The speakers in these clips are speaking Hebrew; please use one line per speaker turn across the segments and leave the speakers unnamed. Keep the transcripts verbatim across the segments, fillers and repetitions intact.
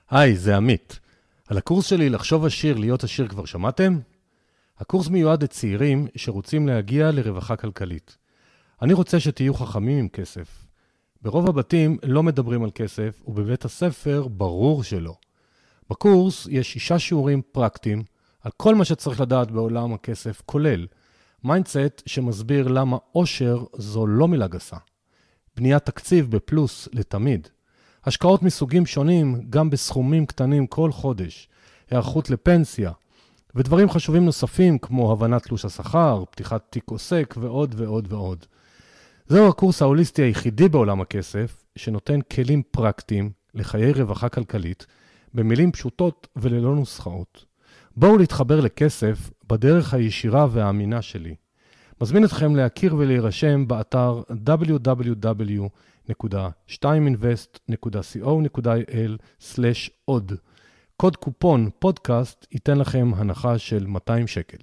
היי, זה עמית. על הקורס שלי לחשוב עשיר, להיות עשיר כבר שמעתם? הקורס מיועד לצעירים שרוצים להגיע לרווחה כלכלית. אני רוצה שתהיו חכמים עם כסף. ברוב הבתים לא מדברים על כסף, ובבית הספר ברור שלא. בקורס יש שישה שיעורים פרקטיים על כל מה שצריך לדעת בעולם הכסף, כולל מיינדסט שמסביר למה עושר זו לא מילה גסה. בניית תקציב בפלוס לתמיד. השקעות מסוגים שונים גם בסכומים קטנים כל חודש. היערכות לפנסיה. ודברים חשובים נוספים כמו הבנת תלוש השכר, פתיחת תיק עוסק ועוד ועוד ועוד. זהו הקורס ההוליסטי היחידי בעולם הכסף שנותן כלים פרקטיים לחיי רווחה כלכלית במילים פשוטות וללא נוסחאות. בואו להתחבר לכסף בדרך הישירה והאמינה שלי. מזמין אתכם להכיר ולהירשם באתר דאבליו דאבליו דאבליו נקודה שתיים אינבסט נקודה קו נקודה איי אל סלש עוד. קוד קופון פודקאסט ייתן לכם הנחה של מאתיים שקל.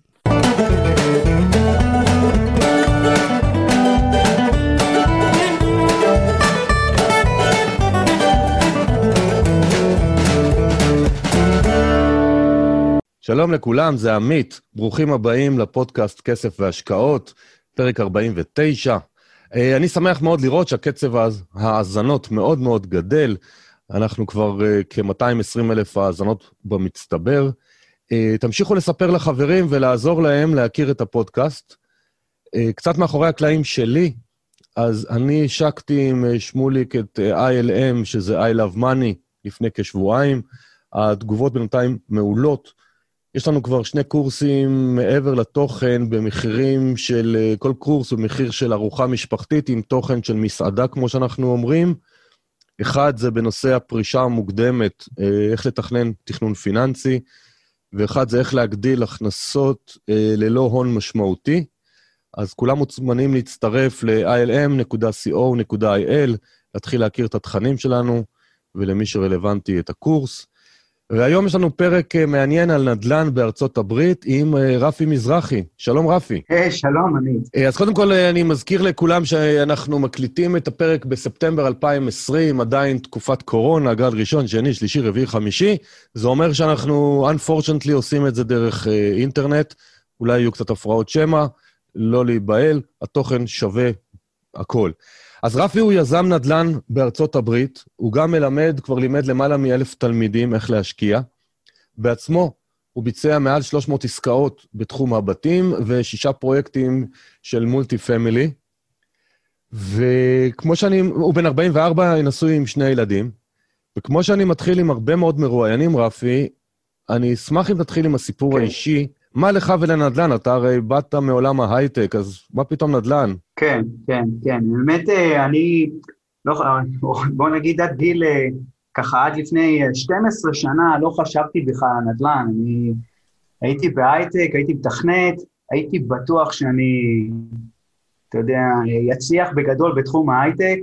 שלום לכולם, זה עמית. ברוכים הבאים לפודקאסט כסף והשקעות, פרק ארבעים ותשע. אני שמח מאוד לראות שהקצב ההאזנות מאוד מאוד גדל. אנחנו כבר כ-מאתיים ועשרים אלף האזנות במצטבר. תמשיכו לספר לחברים ולעזור להם להכיר את הפודקאסט. קצת מאחורי הקלעים שלי, אז אני השקתי עם שמוליק את איי אל אם, שזה I Love Money, לפני כשבועיים. התגובות בינתיים מעולות. יש לנו כבר שני קורסים מעבר לתוכן, במחירים של, כל קורס הוא מחיר של ארוחה משפחתית, עם תוכן של מסעדה, כמו שאנחנו אומרים. אחד זה בנושא הפרישה המוקדמת, איך לתכנן תכנון פיננסי, ואחד זה איך להגדיל הכנסות ללא הון משמעותי. אז כולם מוזמנים להצטרף ל-איי אל אם נקודה קו נקודה איי אל, להתחיל להכיר את התכנים שלנו, ולמי שרלוונטי את הקורס. והיום יש לנו פרק מעניין על נדל"ן בארצות הברית עם רפי מזרחי. שלום רפי.
היי, שלום, עמית.
אז קודם כל אני מזכיר לכולם שאנחנו מקליטים את הפרק בספטמבר אלפיים ועשרים, עדיין תקופת קורונה, גל ראשון, שני, שלישי, רביעי, חמישי. זה אומר שאנחנו, unfortunately, עושים את זה דרך אינטרנט. אולי יהיו קצת הפרעות שמע, לא להיבהל, התוכן שווה הכל. אז רפי הוא יזם נדל"ן בארצות הברית, הוא גם מלמד, כבר לימד למעלה מאלף תלמידים איך להשקיע. בעצמו הוא ביצע מעל שלוש מאות עסקאות בתחום הבתים, ושישה פרויקטים של מולטי פמילי. וכמו שאני, הוא בן ארבעים וארבע, נשוי עם שני ילדים. וכמו שאני מתחיל עם הרבה מאוד מרואיינים, רפי, אני אשמח אם תתחיל עם הסיפור okay. האישי. מה לך ולנדל"ן? אתה הרי באת מעולם ההייטק, אז מה פתאום נדל"ן?
כן, כן, כן. באמת, אני, לא, בוא נגיד עד גיל, ככה עד לפני שתים עשרה שנה, לא חשבתי בכלל על נדל"ן. אני הייתי בהייטק, הייתי בתכנת, הייתי בטוח שאני, אתה יודע, יצליח בגדול בתחום ההייטק.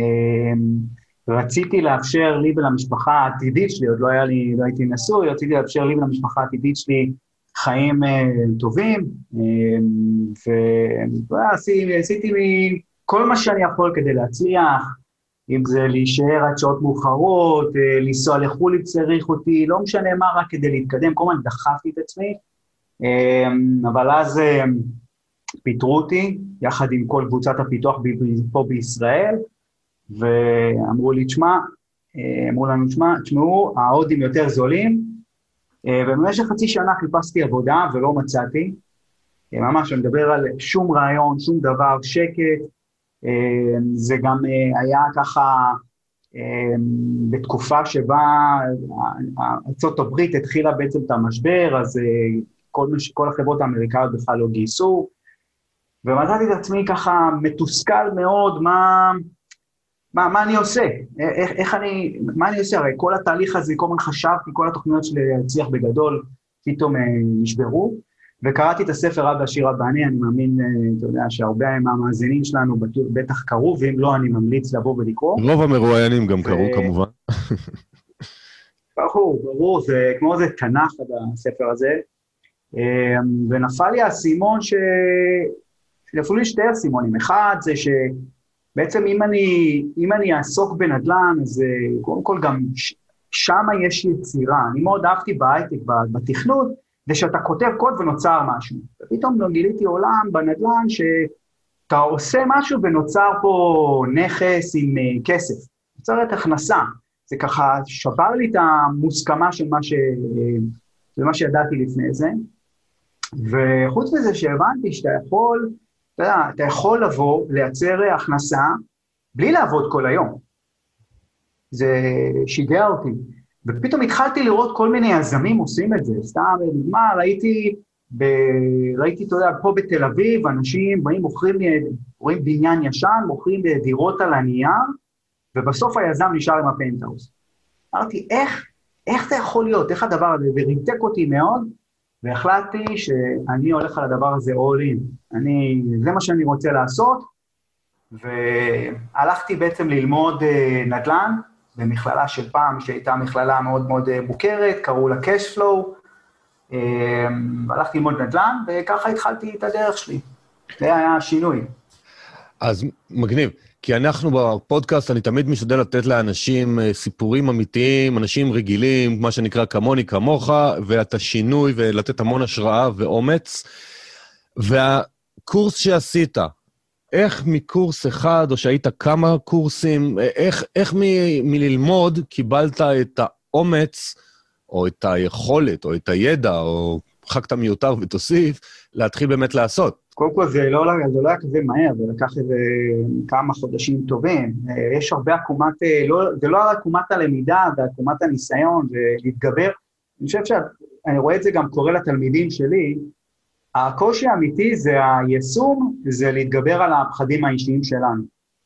רציתי לאפשר לי ולמשפחה העתידית שלי, עוד לא היה לי, לא הייתי נשוי, רציתי לאפשר לי ולמשפחה העתידית שלי, חיים uh, טובים, uh, ועשיתי כל מה שאני יכול כדי להצליח, אם זה להישאר עד שעות מאוחרות, uh, לנסוע לחו"ל אם צריך אותי, לא משנה מה, רק כדי להתקדם, כל הזמן דחפתי את עצמי, uh, אבל אז uh, פיתרו אותי, יחד עם כל קבוצת הפיתוח פה בישראל, ואמרו לי, תשמע, uh, אמרו לנו, תשמע, תשמעו, ההודים יותר זולים, ובמשך חצי שנה חיפשתי עבודה ולא מצאתי, ממש אני מדבר על שום רעיון, שום דבר, שקט, זה גם היה ככה בתקופה שבה ארצות הברית התחילה בעצם את המשבר, אז כל, כל החברות האמריקאיות בכלל לא גייסו, ומצאתי את עצמי ככה מתוסכל מאוד, מה... מה, מה אני עושה? איך, איך אני, מה אני עושה? הרי כל התהליך הזה, כל הזמן חשבתי, כל התוכניות שלי להצליח בגדול, פתאום נשברו, וקראתי את הספר אבא עשיר אבא עני, אני מאמין, אתה יודע, שהרבה מהמאזינים שלנו בטח קראו, ואם לא, אני ממליץ לבוא ולקרוא.
רוב המרואיינים גם קראו, כמובן.
ברור, ברור, זה כמו זה תנ"ך, הספר הזה, ונפל לי הסימון ש... נפלו לי שתי הסימונים, אחד זה ש... בעצם אם אני, אם אני אעסוק בנדל"ן, אז קודם כל גם שם יש יצירה. אני מאוד אהבתי בהייטק, בתכנות, זה שאתה כותב קוד ונוצר משהו. ופתאום לא גיליתי עולם בנדל"ן שאתה עושה משהו ונוצר פה נכס עם כסף. נוצרת הכנסה. זה ככה שבר לי את המוסכמה של מה, ש... של מה שידעתי לפני זה. וחוץ מזה שהבנתי שאתה יכול, אתה יודע, אתה יכול לבוא, לייצר הכנסה, בלי לעבוד כל היום. זה שיגע אותי. ופתאום התחלתי לראות כל מיני יזמים עושים את זה. סתם, מה, ראיתי, ב... ראיתי, אתה יודע, פה בתל אביב, אנשים באים, מוכרים, רואים בניין ישן, מוכרים דירות על הנייר, ובסוף היזם נשאר עם הפנטהאוס. אמרתי, איך, איך זה יכול להיות? איך הדבר הזה? וריתק אותי מאוד, והחלטתי שאני הולך על הדבר הזה all in. אני, זה מה שאני רוצה לעשות, והלכתי בעצם ללמוד נדל"ן, במכללה של פעם, שהייתה מכללה מאוד מאוד מוכרת, קראו לה cash flow, הלכתי ללמוד נדל"ן, וככה התחלתי את הדרך שלי. זה היה השינוי.
אז מגניב, כי אנחנו בפודקאסט, אני תמיד משתדל לתת לאנשים סיפורים אמיתיים, אנשים רגילים, מה שנקרא כמוני, כמוך, ואת השינוי, ולתת המון השראה ואומץ. והקורס שעשית, איך מקורס אחד, או שהיית כמה קורסים, איך, איך מ, מללמוד קיבלת את האומץ, או את היכולת, או את הידע, או חכת מיותר ותוסיף, להתחיל באמת לעשות?
קודם כל זה לא, זה לא היה כזה מהר, זה לקח איזה כמה חודשים טובים. יש הרבה עקומת, לא, זה לא עקומת הלמידה, זה עקומת הניסיון, זה להתגבר. אני חושב שאני רואה את זה גם קורה לתלמידים שלי, הקושי האמיתי זה היישום, זה להתגבר על הפחדים האישיים שלנו.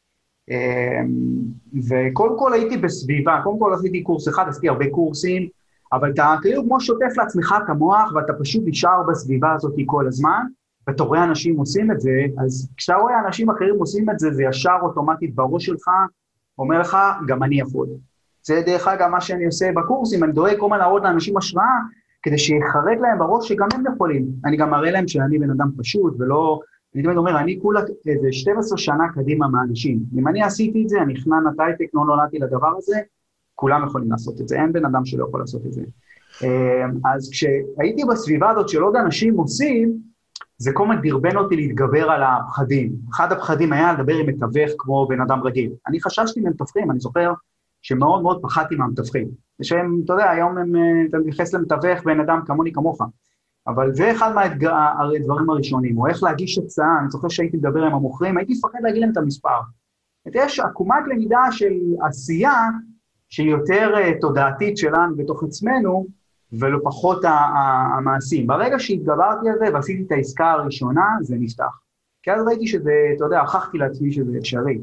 וקודם כל הייתי בסביבה, קודם כל עשיתי קורס אחד, עשיתי הרבה קורסים, אבל אתה כאילו כמו שוטף לעצמך את המוח, ואתה פשוט נשאר בסביבה הזאת כל הזמן, ואתה רואה אנשים עושים את זה, אז כשאתה רואה אנשים אחרים עושים את זה, זה ישר אוטומטית בראש שלך, אומר לך, גם אני יכול. זה דרך אגב מה שאני עושה בקורסים, אני דואג כל הזמן להראות לאנשים השראה, כדי שיחרג להם בראש שגם הם יכולים. אני גם מראה להם שאני בן אדם פשוט, ולא, אני תמיד אומר, אני כולה איזה שתים עשרה שנה קדימה מהאנשים. אם אני עשיתי את זה, אני חנן הטייטק, לא נולדתי לדבר הזה, כולם יכולים לעשות את זה, אין בן אדם שלא יכול לעשות את זה. אז כשהייתי בסביבה הזאת של עוד אנשים עושים, זה כל הזמן דרבן אותי להתגבר על הפחדים. אחד הפחדים היה לדבר עם מתווך כמו בן אדם רגיל. אני חששתי ממתווכים, אני זוכר שמאוד מאוד פחדתי מהמתווכים. שהם, אתה יודע, היום הם, אתה מתייחס למתווך בן אדם כמוני כמוך. אבל זה אחד מהדברים הראשונים, או איך להגיש הצעה, אני זוכר שהייתי מדבר עם המוכרים, הייתי פחד להגיד להם את המספר. יש עקומת למידה של עשייה, שהיא יותר תודעתית שלנו בתוך עצמנו, ולא פחות המעשים. ברגע שהתגברתי על זה, ועשיתי את העסקה הראשונה, זה נפתח. כי אז ראיתי שזה, אתה יודע, הוכחתי לעצמי שזה אפשרי.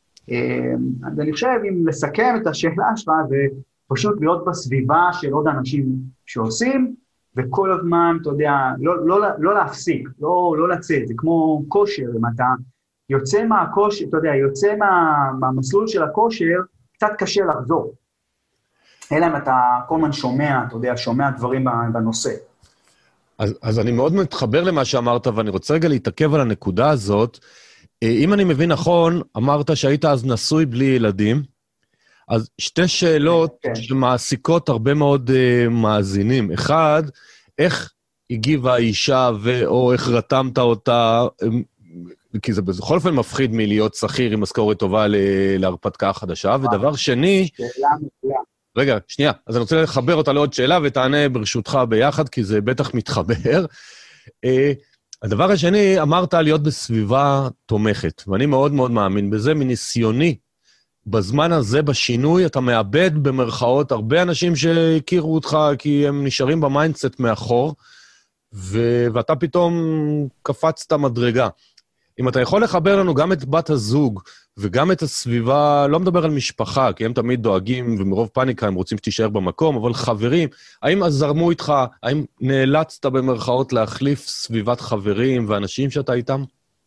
אז אני חושב, אם לסכם את השאלה שלך, זה פשוט להיות בסביבה של עוד אנשים שעושים, וכל הזמן, אתה יודע, לא, לא, לא להפסיק, לא, לא לצאת, זה כמו כושר, אם אתה יוצא מהכושר, אתה יודע, יוצא מה, מהמסלול של הכושר, קצת קשה לחזור. אלא אם אתה כל הזמן שומע, אתה יודע, שומע דברים בנושא.
אז, אז אני מאוד מתחבר למה שאמרת, ואני רוצה רגע להתעכב על הנקודה הזאת. אם אני מבין נכון, אמרת שהיית אז נשוי בלי ילדים, אז שתי שאלות כן. שמעסיקות הרבה מאוד uh, מאזינים. אחד, איך הגיבה האישה, ו... או איך רתמת אותה, כי זה בכל אופן מפחיד מלהיות שכיר עם משכורת טובה ל... להרפתקה חדשה, ודבר שני... שאלה מפלה. רגע, שנייה, אז אני רוצה לחבר אותה לעוד שאלה, ותענה ברשותך ביחד, כי זה בטח מתחבר. Uh, הדבר השני, אמרת להיות בסביבה תומכת, ואני מאוד מאוד מאמין בזה, מניסיוני, בזמן הזה, בשינוי, אתה מאבד במרכאות הרבה אנשים שהכירו אותך, כי הם נשארים במיינדסט מאחור, ו- ואתה פתאום קפצת מדרגה. אם אתה יכול לחבר לנו גם את בת הזוג, וגם את הסביבה, לא מדבר על משפחה, כי הם תמיד דואגים, ומרוב פאניקה הם רוצים שתישאר במקום, אבל חברים, האם עזרמו איתך, האם נאלצת במרכאות להחליף סביבת חברים ואנשים שאתה איתם?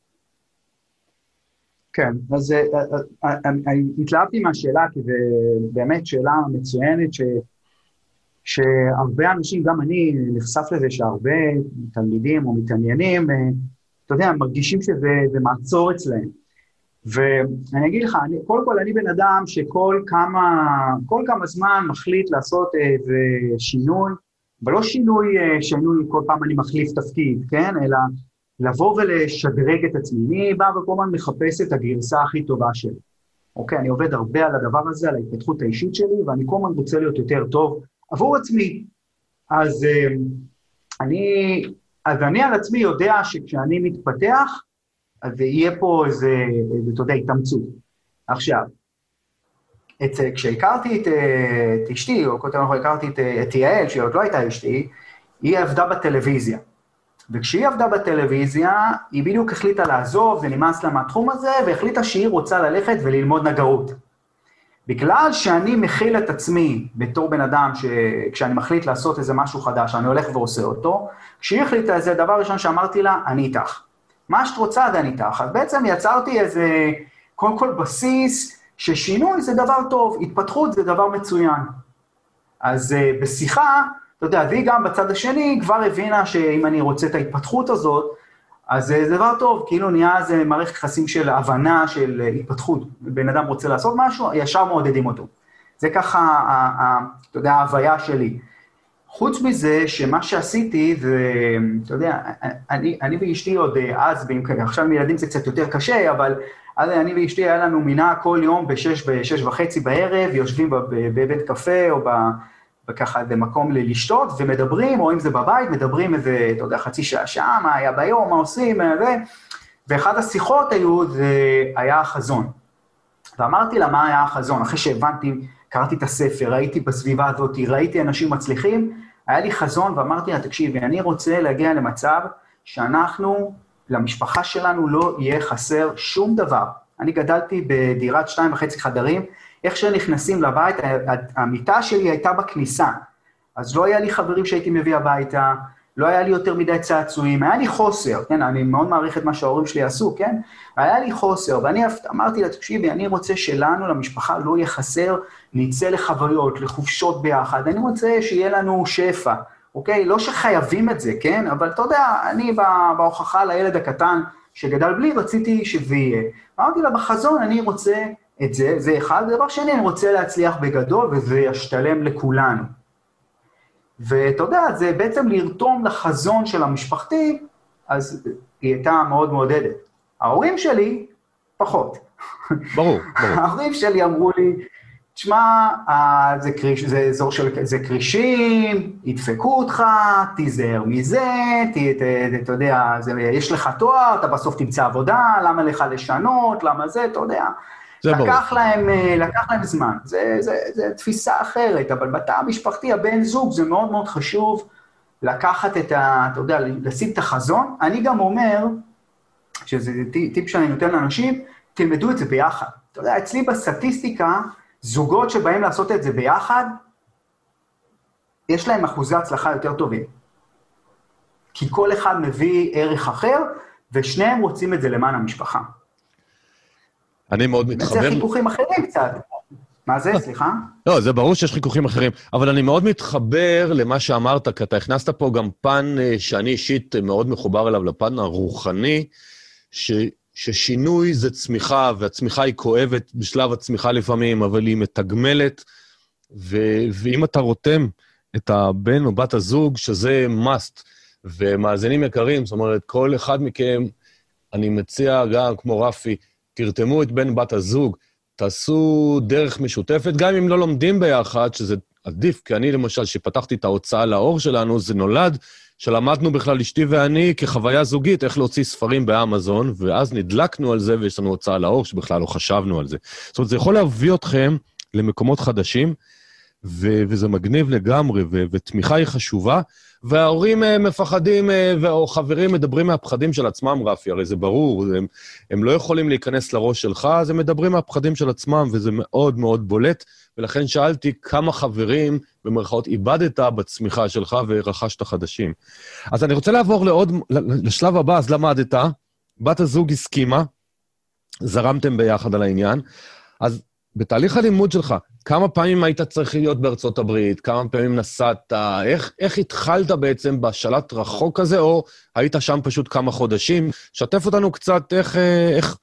כן, אז אני התלהבתי מהשאלה, כי זו באמת שאלה מצוינת, ש, שהרבה אנשים, גם אני נחשף לזה, שהרבה תלמידים או מתעניינים, אתה יודע, מרגישים שזה מעצור אצלהם. ואני אגיד לך, אני, קודם כל אני בן אדם שכל כמה, כל כמה זמן מחליט לעשות איזה שינוי, אבל לא שינוי, שינוי כל פעם אני מחליף תפקיד, כן? אלא לבוא ולשדרג את עצמי. אני בא וכל הזמן מחפש את הגרסה הכי טובה שלי. אוקיי, אני עובד הרבה על הדבר הזה, על ההתפתחות האישית שלי, ואני כל הזמן רוצה להיות יותר טוב עבור עצמי. אז אני, אז אני על עצמי יודע שכשאני מתפתח, אז יהיה פה איזה, אתה יודע, התאמצות. עכשיו, את, כשהכרתי את, את אשתי, או קודם כל הכרתי את, את יעל, שהיא עוד לא הייתה אשתי, היא עבדה בטלוויזיה. וכשהיא עבדה בטלוויזיה, היא בדיוק החליטה לעזוב, זה נמאס לה מהתחום הזה, והחליטה שהיא רוצה ללכת וללמוד נגרות. בגלל שאני מכיל את עצמי בתור בן אדם, שכשאני מחליט לעשות איזה משהו חדש, אני הולך ועושה אותו, כשהיא החליטה איזה דבר ראשון שאמרתי לה, אני איתך. מה שאת רוצה, אני איתך. אז בעצם יצרתי איזה, קודם כל בסיס, ששינוי זה דבר טוב, התפתחות זה דבר מצוין. אז בשיחה, אתה יודע, והיא גם בצד השני כבר הבינה שאם אני רוצה את ההתפתחות הזאת, אז זה דבר טוב, כאילו נהיה איזה מערכת יחסים של הבנה, של התפתחות. בן אדם רוצה לעשות משהו, ישר מעודדים אותו. זה ככה, אתה יודע, ההוויה שלי. חוץ מזה, שמה שעשיתי, זה, אתה יודע, אני, אני ואשתי עוד אז, עכשיו עם ילדים זה קצת יותר קשה, אבל אני ואשתי היה לנו מינה כל יום בשש, בשש וחצי בערב, יושבים בבית קפה או בככה במקום לשתות, ומדברים, או אם זה בבית, מדברים איזה, אתה יודע, חצי שעה, שעה, מה היה ביום, מה עושים, ו... ואחת השיחות היו, זה היה החזון. ואמרתי לה, מה היה החזון? אחרי שהבנתי, קראתי את הספר, ראיתי בסביבה הזאת, ראיתי אנשים מצליחים, היה לי חזון, ואמרתי לה, תקשיבי, אני רוצה להגיע למצב שאנחנו, למשפחה שלנו לא יהיה חסר שום דבר. אני גדלתי בדירת שתיים וחצי חדרים, איך שנכנסים לבית, המיטה שלי הייתה בכניסה, אז לא היה לי חברים שהייתי מביא הביתה, לא היה לי יותר מדי צעצועים, היה לי חוסר, כן, אני מאוד מעריך את מה שההורים שלי עשו, כן, היה לי חוסר, ואני אמרתי לה, תקשיבי, אני רוצה שלנו, למשפחה, לא יהיה חסר, נצא לחוויות, לחופשות ביחד, אני רוצה שיהיה לנו שפע, אוקיי? לא שחייבים את זה, כן, אבל אתה יודע, אני בהוכחה לילד הקטן שגדל בלי, רציתי שזה יהיה. אמרתי לה, בחזון אני רוצה את זה, זה אחד, דבר שני, אני רוצה להצליח בגדול, וזה ישתלם לכולנו. ואתה יודע, זה בעצם לרתום לחזון של המשפחתי, אז היא הייתה מאוד מעודדת. ההורים שלי, פחות.
ברור, ברור.
ההורים שלי אמרו לי, תשמע, זה, קריש, זה אזור של, זה קרישים, ידפקו אותך, תיזהר מזה, ת, ת, ת, אתה יודע, זה, יש לך תואר, אתה בסוף תמצא עבודה, למה לך לשנות, למה זה, אתה יודע. לקח להם, לקח להם זמן, זה, זה, זה תפיסה אחרת, אבל בתא המשפחתי, הבן זוג, זה מאוד מאוד חשוב לקחת את ה, אתה יודע, לשים את החזון. אני גם אומר, שזה טיפ שאני נותן לאנשים, תלמדו את זה ביחד. אתה יודע, אצלי בסטטיסטיקה, זוגות שבאים לעשות את זה ביחד, יש להם אחוזי הצלחה יותר טובים. כי כל אחד מביא ערך אחר, ושניהם רוצים את זה למען המשפחה.
אני מאוד מתחבר...
וזה חיכוכים אחרים קצת. מה זה? סליחה?
לא, זה ברור שיש חיכוכים אחרים, אבל אני מאוד מתחבר למה שאמרת, כי אתה הכנסת פה גם פן שאני אישית מאוד מחובר אליו, לפן הרוחני, ש... ששינוי זה צמיחה, והצמיחה היא כואבת בשלב הצמיחה לפעמים, אבל היא מתגמלת, ו... ואם אתה רותם את הבן או בת הזוג, שזה must, ומאזינים יקרים, זאת אומרת, כל אחד מכם, אני מציע גם כמו רפי, תרתמו את בן בת הזוג, תעשו דרך משותפת, גם אם לא לומדים ביחד, שזה עדיף, כי אני למשל, שפתחתי את ההוצאה לאור שלנו, זה נולד, שלמדנו בכלל אשתי ואני כחוויה זוגית, איך להוציא ספרים באמזון, ואז נדלקנו על זה, ויש לנו הוצאה לאור, שבכלל לא חשבנו על זה. זאת אומרת, זה יכול להביא אתכם למקומות חדשים, ו- וזה מגניב לגמרי, ו- ותמיכה היא חשובה, וההורים מפחדים, או חברים מדברים מהפחדים של עצמם, רפי, הרי זה ברור, הם, הם לא יכולים להיכנס לראש שלך, אז הם מדברים מהפחדים של עצמם, וזה מאוד מאוד בולט, ולכן שאלתי כמה חברים, במרכאות, איבדת בצמיחה שלך, ורכשת חדשים. אז אני רוצה לעבור לעוד, לשלב הבא, אז למדת, בת הזוג הסכימה, זרמתם ביחד על העניין, אז בתהליך הלימוד שלך, כמה פעמים היית צריך להיות בארצות הברית, כמה פעמים נסעת, איך, איך התחלת בעצם בשלט רחוק הזה, או היית שם פשוט כמה חודשים? שתף אותנו קצת איך, איך,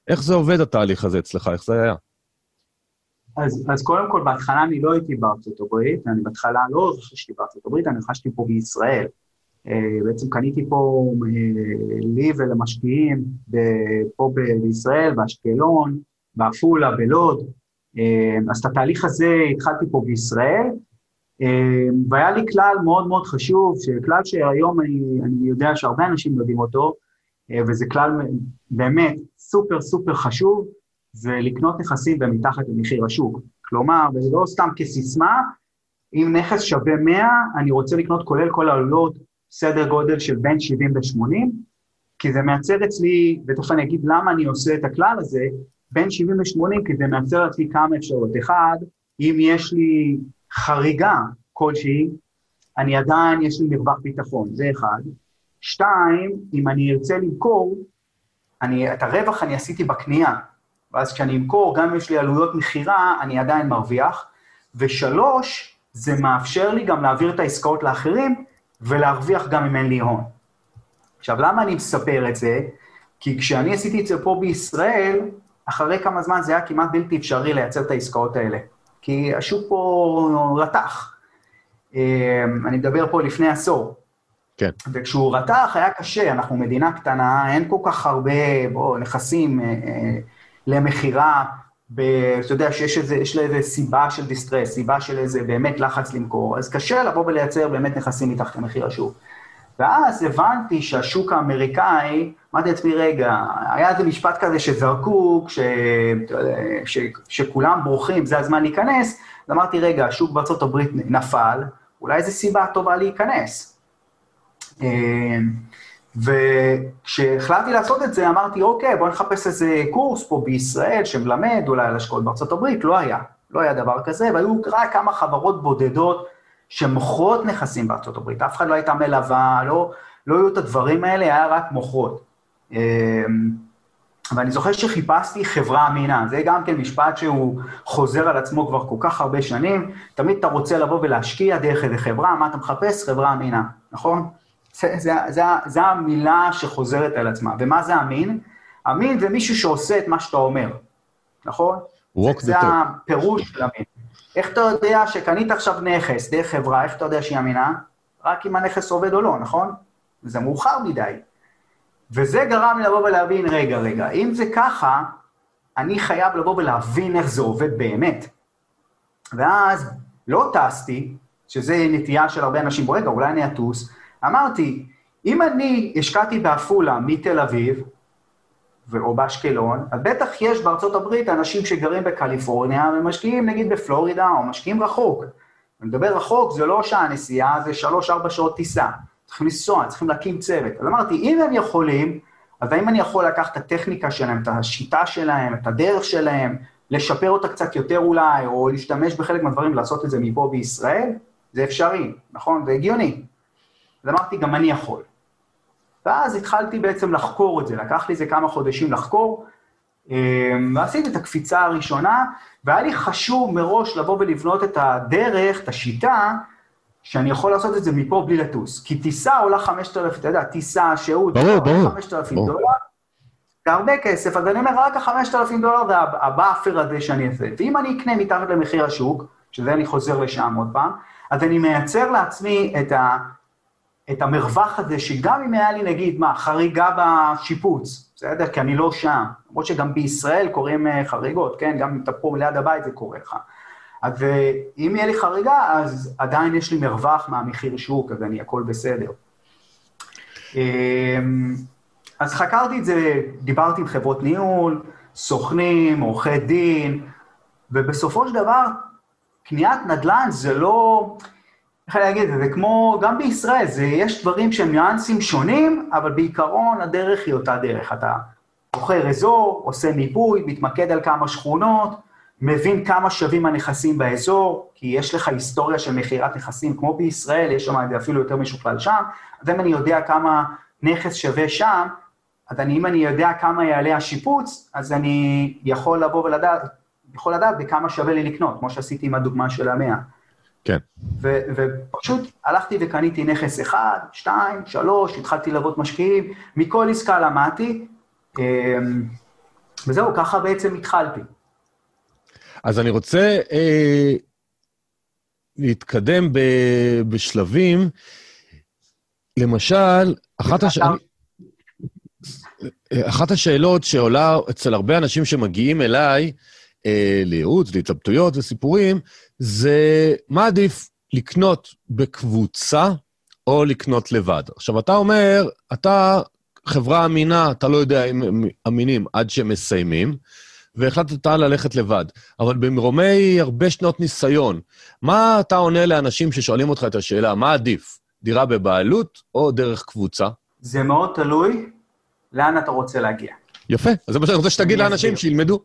איך זה עובד התהליך הזה אצלך? איך זה היה?
אז, אז קודם כל, בהתחלה אני לא הייתי בארצות הברית, אני בהתחלה לא רכשתי בארצות הברית, אני רכשתי פה בישראל. בעצם קניתי פה לי ולמשקיעים פה בישראל, באשקלון, בעפולה, בלוד. אז את התהליך הזה התחלתי פה בישראל, והיה לי כלל מאוד מאוד חשוב, כלל שהיום אני, אני יודע שהרבה אנשים יודעים אותו, וזה כלל באמת סופר סופר חשוב, זה לקנות נכסים במתחת למחיר השוק. כלומר, וזה לא סתם כסיסמה, אם נכס שווה מאה, אני רוצה לקנות כולל כל העלות, סדר גודל של בין שבעים ל-שמונים, כי זה מייצר אצלי, ותכף אני אגיד למה אני עושה את הכלל הזה, בין שבעים ל-שמונים, כי זה מייצר אצלי כמה אפשרות. אחד, אם יש לי חריגה כלשהי, אני עדיין, יש לי מרווח ביטחון, זה אחד. שתיים, אם אני ארצה למכור, אני, את הרווח אני עשיתי בקנייה, ואז כשאני אמכור, גם אם יש לי עלויות מחירה, אני עדיין מרוויח. ושלוש, זה מאפשר לי גם להעביר את העסקאות לאחרים, ולהרוויח גם אם אין לי הון. עכשיו, למה אני מספר את זה? כי כשאני עשיתי את זה פה בישראל, אחרי כמה זמן זה היה כמעט בלתי אפשרי לייצר את העסקאות האלה. כי השוק פה רתח. אני מדבר פה לפני עשור.
כן.
וכשהוא רתח היה קשה, אנחנו מדינה קטנה, אין כל כך הרבה בוא, נכסים אה, למחירה, ב, אתה יודע שיש איזה, יש לה איזה סיבה של דיסטרס, סיבה של איזה באמת לחץ למכור, אז קשה לבוא ולייצר באמת נכסים מתחת למחיר השוק. ואז הבנתי שהשוק האמריקאי, אמרתי לעצמי רגע, היה איזה משפט כזה שזרקו, כש, ש, שכולם ברוכים, זה הזמן להיכנס, אז אמרתי רגע, השוק בארצות הברית נפל, אולי איזו סיבה טובה להיכנס. וכשהחלטתי לעשות את זה, אמרתי, אוקיי, בוא נחפש איזה קורס פה בישראל, שמלמד אולי על השקעות בארצות הברית, לא היה, לא היה דבר כזה, והיו רק כמה חברות בודדות שמוכרות נכסים בארצות הברית, אף אחד לא הייתה מלווה, לא, לא היו את הדברים האלה, היה רק מוכרות. ואני זוכר שחיפשתי חברה אמינה, זה גם כן משפט שהוא חוזר על עצמו כבר כל כך הרבה שנים, תמיד אתה רוצה לבוא ולהשקיע דרך איזה חברה, מה אתה מחפש? חברה אמינה, נכון? זה, זה, זה, זה המילה שחוזרת על עצמה. ומה זה אמין? אמין זה מישהו שעושה את מה שאתה אומר, נכון? זה, זה הפירוש של אמין. איך אתה יודע שקנית עכשיו נכס דרך חברה, איך אתה יודע שהיא אמינה? רק אם הנכס עובד או לא, נכון? זה מאוחר מדי. וזה גרם לי לבוא ולהבין, רגע, רגע, אם זה ככה, אני חייב לבוא ולהבין איך זה עובד באמת. ואז לא טסתי, שזה נטייה של הרבה אנשים, בוא רגע, אולי אני אטוס, אמרתי, אם אני השקעתי בעפולה מתל אביב, או באשקלון, אז בטח יש בארצות הברית אנשים שגרים בקליפורניה, ומשקיעים נגיד בפלורידה, או משקיעים רחוק. אני מדבר רחוק, זה לא שעה נסיעה, זה שלוש, ארבע שעות טיסה. צריכים לנסוע, צריכים להקים צוות. אז אמרתי, אם הם יכולים, אז האם אני יכול לקחת את הטכניקה שלהם, את השיטה שלהם, את הדרך שלהם, לשפר אותה קצת יותר אולי, או להשתמש בחלק מהדברים, לעשות את זה מפה בישראל? זה אפשרי, נכון? זה הגיוני. אז אמרתי, גם אני יכול. ואז התחלתי בעצם לחקור את זה, לקח לי זה כמה חודשים לחקור, ועשיתי את הקפיצה הראשונה, והיה לי חשוב מראש לבוא ולבנות את הדרך, את השיטה, שאני יכול לעשות את זה מפה בלי לטוס. כי טיסה עולה חמשת אלפים, אתה יודע, טיסה, שהות, עולה חמשת אלפים דולר, זה הרבה כסף, אז אני אומר, רק ה-חמשת אלפים דולר זה הבאפר הזה שאני אעשה. ואם אני אקנה מתחת למחיר השוק, שזה אני חוזר לשם עוד פעם, אז אני מייצר לעצמי את ה... את המרווח הזה, שגם אם היה לי, נגיד, מה, חריגה בשיפוץ, בסדר? כי אני לא שם, למרות שגם בישראל קוראים חריגות, כן? גם אם אתה פה ליד הבית זה קורה לך. אז אם יהיה לי חריגה, אז עדיין יש לי מרווח מהמחיר שוק, אז אני הכל בסדר. אז חקרתי את זה, דיברתי עם חברות ניהול, סוכנים, עורכי דין, ובסופו של דבר, קניית נדל"ן זה לא... איך אני אגיד, זה כמו, גם בישראל, זה, יש דברים שהם ניואנסים שונים, אבל בעיקרון הדרך היא אותה דרך. אתה בוחר אזור, עושה מיפוי, מתמקד על כמה שכונות, מבין כמה שווים הנכסים באזור, כי יש לך היסטוריה של מחירת נכסים, כמו בישראל, יש שם אפילו יותר משוכלל שם, אז אם אני יודע כמה נכס שווה שם, אז אני, אם אני יודע כמה יעלה השיפוץ, אז אני יכול לבוא ולדעת, יכול לדעת בכמה שווה לי לקנות, כמו שעשיתי עם הדוגמה של המאה.
כן.
ו- ופשוט הלכתי וקניתי נכס אחד, שתיים, שלוש, התחלתי לעבוד משקיעים, מכל עסקה למדתי, וזהו, ככה בעצם התחלתי.
אז אני רוצה אה, להתקדם ב, בשלבים. למשל, אחת, הש... אחת השאלות שעולה אצל הרבה אנשים שמגיעים אליי, אה, לייעוץ, להתלבטויות וסיפורים, זה מה עדיף לקנות בקבוצה או לקנות לבד. עכשיו, אתה אומר, אתה חברה אמינה, אתה לא יודע אם הם אמינים עד שהם מסיימים, והחלטת ללכת לבד. אבל במרומי הרבה שנות ניסיון, מה אתה עונה לאנשים ששואלים אותך את השאלה, מה עדיף? דירה בבעלות או דרך קבוצה?
זה מאוד תלוי לאן אתה רוצה להגיע.
יפה, אז זה מה שאני רוצה שתגיד לאנשים, שילמדו.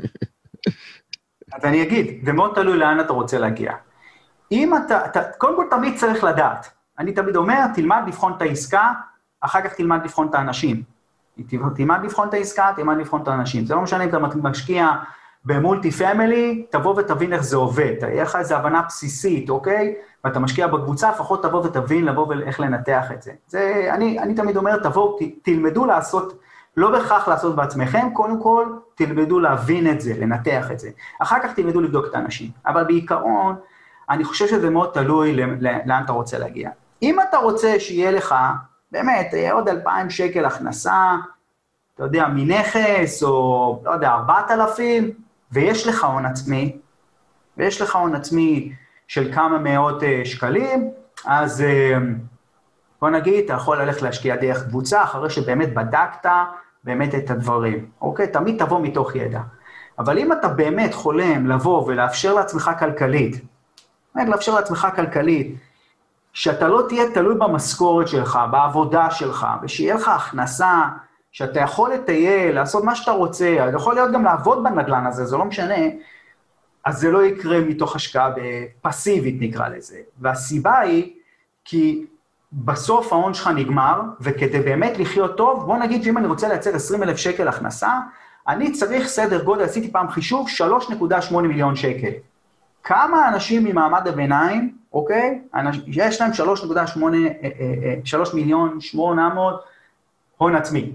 אז אני אגיד, זה מאוד תלוי לאן אתה רוצה להגיע. אם אתה, אתה, קודם כל תמיד צריך לדעת. אני תמיד אומר, תלמד לבחון את העסקה, אחר כך תלמד לבחון את האנשים. תלמד לבחון את העסקה, תלמד לבחון את האנשים. זה לא משנה אם אתה משקיע במולטי פמילי, תבוא ותבין איך זה עובד. תהיה לך איזו הבנה בסיסית, אוקיי? ואתה משקיע בקבוצה, לפחות תבוא ותבין לבוא ואיך לנתח את זה. זה אני, אני תמיד אומר, תבואו, ת, תלמדו לעשות, לא בכך לעשות בעצמכם, קודם כל תלמדו להבין את זה, לנתח את זה. אחר כך תלמדו לבדוק את האנשים. אבל בעיקרון, אני חושב שזה מאוד תלוי לאן אתה רוצה להגיע. אם אתה רוצה שיהיה לך, באמת, עוד אלפיים שקל הכנסה, אתה יודע, מנכס, או, לא יודע, ארבעת אלפים, ויש לך הון עצמי, ויש לך הון עצמי של כמה מאות שקלים, אז בוא נגיד, אתה יכול ללכת להשקיע דרך קבוצה, אחרי שבאמת בדקת באמת את הדברים, אוקיי? תמיד תבוא מתוך ידע. אבל אם אתה באמת חולם לבוא ולאפשר לעצמך כלכלית, באמת לאפשר לעצמך כלכלית, שאתה לא תהיה תלוי במשכורת שלך, בעבודה שלך, ושיהיה לך הכנסה, שאתה יכול לטייל, לעשות מה שאתה רוצה, אתה יכול להיות גם לעבוד בנדלן הזה, זה לא משנה, אז זה לא יקרה מתוך השקעה פסיבית נקרא לזה. והסיבה היא, כי בסוף ההון שלך נגמר, וכדי באמת לחיות טוב, בוא נגיד שאם אני רוצה לייצר עשרים אלף שקל הכנסה, אני צריך סדר גודל, עשיתי פעם חישוב, שלוש נקודה שמונה מיליון שקל. כמה אנשים ממעמד הביניים, אוקיי? יש להם שלוש נקודה שמונה, שלוש מיליון שמונה מאות הון עצמי.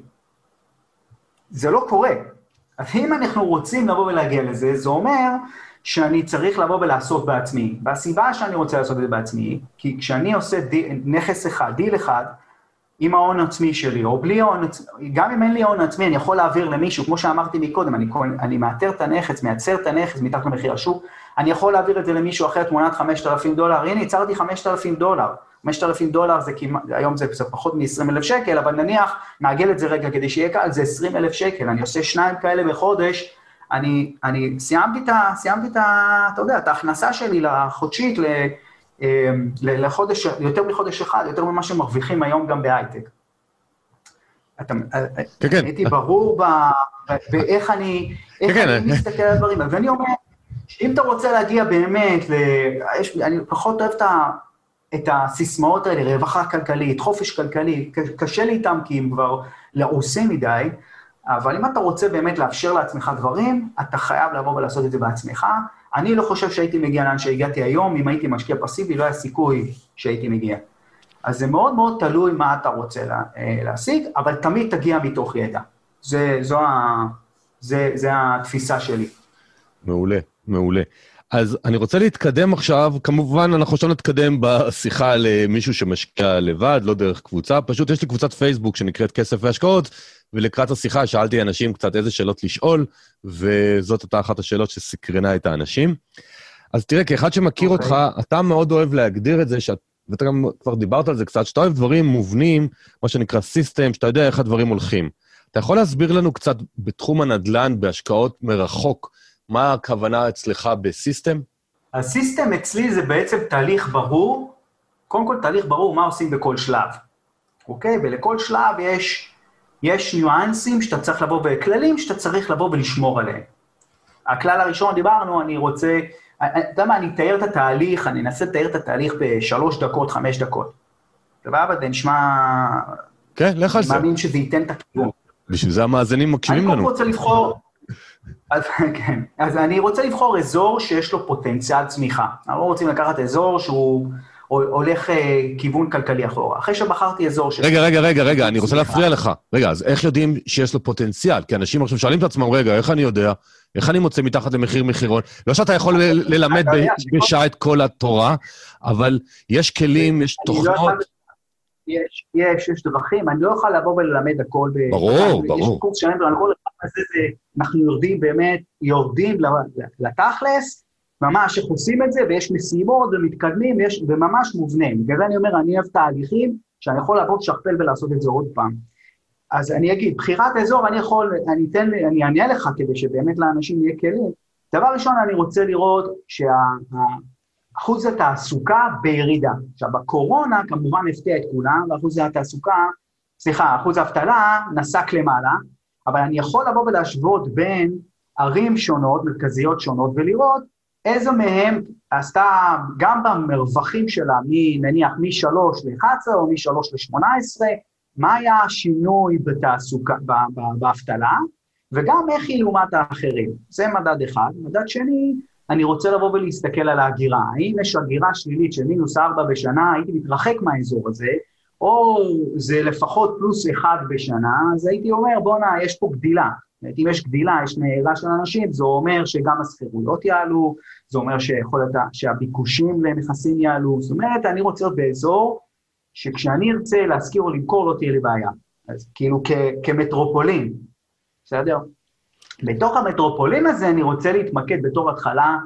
זה לא קורה. אז אם אנחנו רוצים לבוא ולהגיע לזה, זה אומר שאני צריך לבוא ולעשות בעצמי. והסיבה שאני רוצה לעשות את זה בעצמי, כי כשאני עושה די, נכס אחד, דיל אחד, עם ההון עצמי שלי, או בלי ההון עצמי, גם אם אין לי ההון עצמי, אני יכול להעביר למישהו, כמו שאמרתי מקודם, אני, אני מאתר את הנכס, מייצר את הנכס, מתחת למחיר השוק, אני יכול להעביר את זה למישהו אחר, תמונת חמשת אלפים דולר, הנה, יצרתי חמשת אלפים דולר, חמשת אלפים דולר זה כמעט, היום זה פחות מ-עשרים אלף שקל, אבל נניח, נעגל את זה רגע, כדי שיהיה קל, זה עשרים אלף שקל, אני עושה שניים כאלה בחודש, אני, אני סיימתי את ה, סיימתי את ה, אתה יודע, את ההכנסה שלי לחודשית, לחודש, יותר מחודש אחד, יותר ממה שמרוויחים היום גם בהייטק. אתה, הייתי ברור באיך אני, איך אני מסתכל על הדברים, ואני אומר, אם אתה רוצה להגיע באמת, אני פחות אוהב את הסיסמאות האלה, רווחה כלכלית, חופש כלכלי, קשה לי איתם כי הם כבר לעוסים מדי, אבל אם אתה רוצה באמת לאפשר לעצמך דברים, אתה חייב לבוא ולעשות את זה בעצמך. אני לא חושב שהייתי מגיע לאן שהגעתי היום, אם הייתי משקיע פסיבי, לא היה סיכוי שהייתי מגיע. אז זה מאוד מאוד תלוי מה אתה רוצה לה, להשיג, אבל תמיד תגיע מתוך ידע. זה, זו ה, זה, זה התפיסה שלי.
מעולה, מעולה. אז אני רוצה להתקדם עכשיו, כמובן אנחנו עכשיו נתקדם בשיחה למישהו שמשקיע לבד, לא דרך קבוצה, פשוט יש לי קבוצת פייסבוק שנקראת כסף והשקעות, ולקראת השיחה שאלתי אנשים קצת איזה שאלות לשאול, וזאת הייתה אחת השאלות שסקרנה את האנשים. אז תראה, כאחד שמכיר okay. אותך, אתה מאוד אוהב להגדיר את זה, שאת, ואתה גם כבר דיברת על זה קצת, שאתה אוהב דברים מובנים, מה שנקרא סיסטם, שאתה יודע איך הדברים הולכים. אתה יכול להסביר לנו קצת בתחום הנדל"ן, בהשקעות מרחוק, מה הכוונה אצלך בסיסטם?
הסיסטם אצלי זה בעצם תהליך ברור, קודם כל תהליך ברור מה עושים בכל שלב, אוקיי? ולכל שלב יש, יש ניואנסים שאתה צריך לבוא, וכללים שאתה צריך לבוא ולשמור עליהם. הכלל הראשון דיברנו, אני רוצה, אתה יודע מה, אני אתאר את התהליך, אני אנסה לתאר את התהליך בשלוש דקות, חמש דקות. דבר, זה נשמע...
כן, לך על זה.
אני מאמין שזה ייתן את הכיוון.
בשביל זה המאזינים מקשיבים לנו.
אני רוצה לבחור... אז, כן. אז אני רוצה לבחור אזור שיש לו פוטנציאל צמיחה. אנחנו לא רוצים לקחת אזור שהוא הולך כיוון כלכלי אחורה. אחרי שבחרתי אזור ש...
רגע, רגע, רגע, רגע, אני רוצה להפריע לך. רגע, אז איך יודעים שיש לו פוטנציאל? כי אנשים עכשיו שואלים את עצמם, רגע, איך אני יודע? איך אני מוצא מתחת למחיר מחירון? לא שאתה יכול ללמד בשעה את כל התורה, אבל יש כלים, יש תוכנות.
יש, יש, יש דרכים, אני לא יכול לבוא וללמד הכל.
ברור, ברור.
יש קורס שלם, ואני יכול לזה, אנחנו יורדים באמת, יורדים לתכלס, ממש איך עושים את זה, ויש משימות ומתקדמים, ויש, וממש מובנה. בגלל זה אני אומר, אני אוהב תהליכים, שאני יכול לעבוד שכפל ולעשות את זה עוד פעם. אז אני אגיד, בחירת האזור, אני יכול, אני אתן, אני אענה לך כדי שבאמת לאנשים יהיה כלים. דבר ראשון, אני רוצה לראות שהאחוז התעסוקה בירידה. עכשיו, בקורונה, כמובן הפתיע את כולם, ואחוז התעסוקה, סליחה, אחוז האבטלה נסק למעלה, אבל אני יכול לבוא ולהשוות בין ערים שונות, מרכזיות שונות, ולראות איזו מהם עשתה גם במרווחים שלה, נניח מ-שלוש ל-אחת עשרה או מ-שלוש ל-שמונה עשרה, מה היה השינוי בתעסוקה, באבטלה, וגם איך היא לעומת האחרים. זה מדד אחד. מדד שני, אני רוצה לבוא ולהסתכל על ההגירה. האם יש הגירה שלילית של מינוס ארבע בשנה, הייתי מתרחק מהאזור הזה, או זה לפחות פלוס אחד בשנה, אז הייתי אומר, בוא נה, יש פה גדילה. אם יש גדילה, יש נהירה של אנשים, זה אומר שגם הסחירויות יעלו, זה אומר שיכול להיות שהביקושים לנכסים יעלו, זאת אומרת, אני רוצה להיות באזור, שכשאני ארצה להשכיר או למכור, לא תהיה לי בעיה. אז כאילו כ- כמטרופולין, בסדר? בתוך המטרופולין הזה אני רוצה להתמקד בתור התחלה,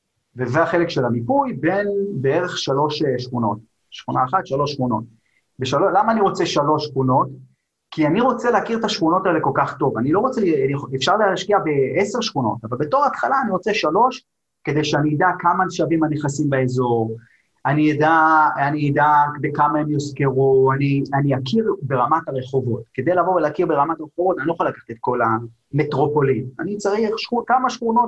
וזה החלק של המיפוי, בין בערך שלוש שכונות. שכונה אחת, שלוש שכונות. בשלוש, למה אני רוצה שלוש שכונות? כי אני רוצה להכיר את השכונות האלה כל כך טוב. אני לא רוצה, אפשר להשקיע בעשר שכונות, אבל בתור התחלה אני רוצה שלוש, כדי שאני אדע כמה שווים הנכסים באזור, אני אדע, אני אדע בכמה הם יוזכרו, אני, אני אכיר ברמת הרחובות. כדי לבוא ולהכיר ברמת הרחובות, אני לא יכול לקחת את כל המטרופולין. אני צריך שכו, כמה שכונות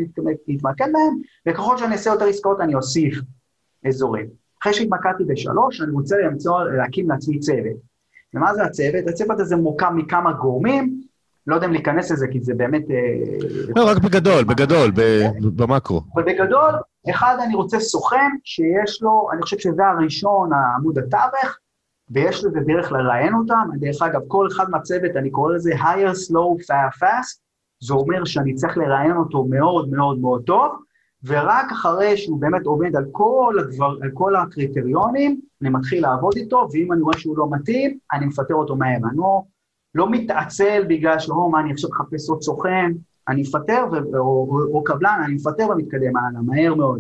להתמקד בהם, וככל שאני אעשה יותר עסקאות, אני אוסיף אזורים. אחרי שהתמקדתי בשלוש, אני רוצה למצוא, להקים לעצמי צוות. ומה זה הצוות? הצוות הזה מורכב מכמה גורמים, לא יודע אם להיכנס לזה, כי זה באמת...
לא, רק בגדול, בגדול, במקרו.
אבל בגדול, אחד, אני רוצה סוכן שיש לו, אני חושב שזה הראשון, העמוד התווך, ויש לזה דרך לראיין אותם. דרך אגב, כל אחד מהצוות, אני קורא לזה higher, slow, fast, זה אומר שאני צריך לראיין אותו מאוד מאוד מאוד טוב, ורק אחרי שהוא באמת עובד על כל הדבר, על כל הקריטריונים, אני מתחיל לעבוד איתו, ואם אני רואה שהוא לא מתאים, אני מפטר אותו מהר. אני לא, לא מתעצל בגלל שלא, מה, אני עכשיו מחפש עוד סוכן, אני מפטר, ו- או, או, או קבלן, אני מפטר ומתקדם הלאה, מהר מאוד.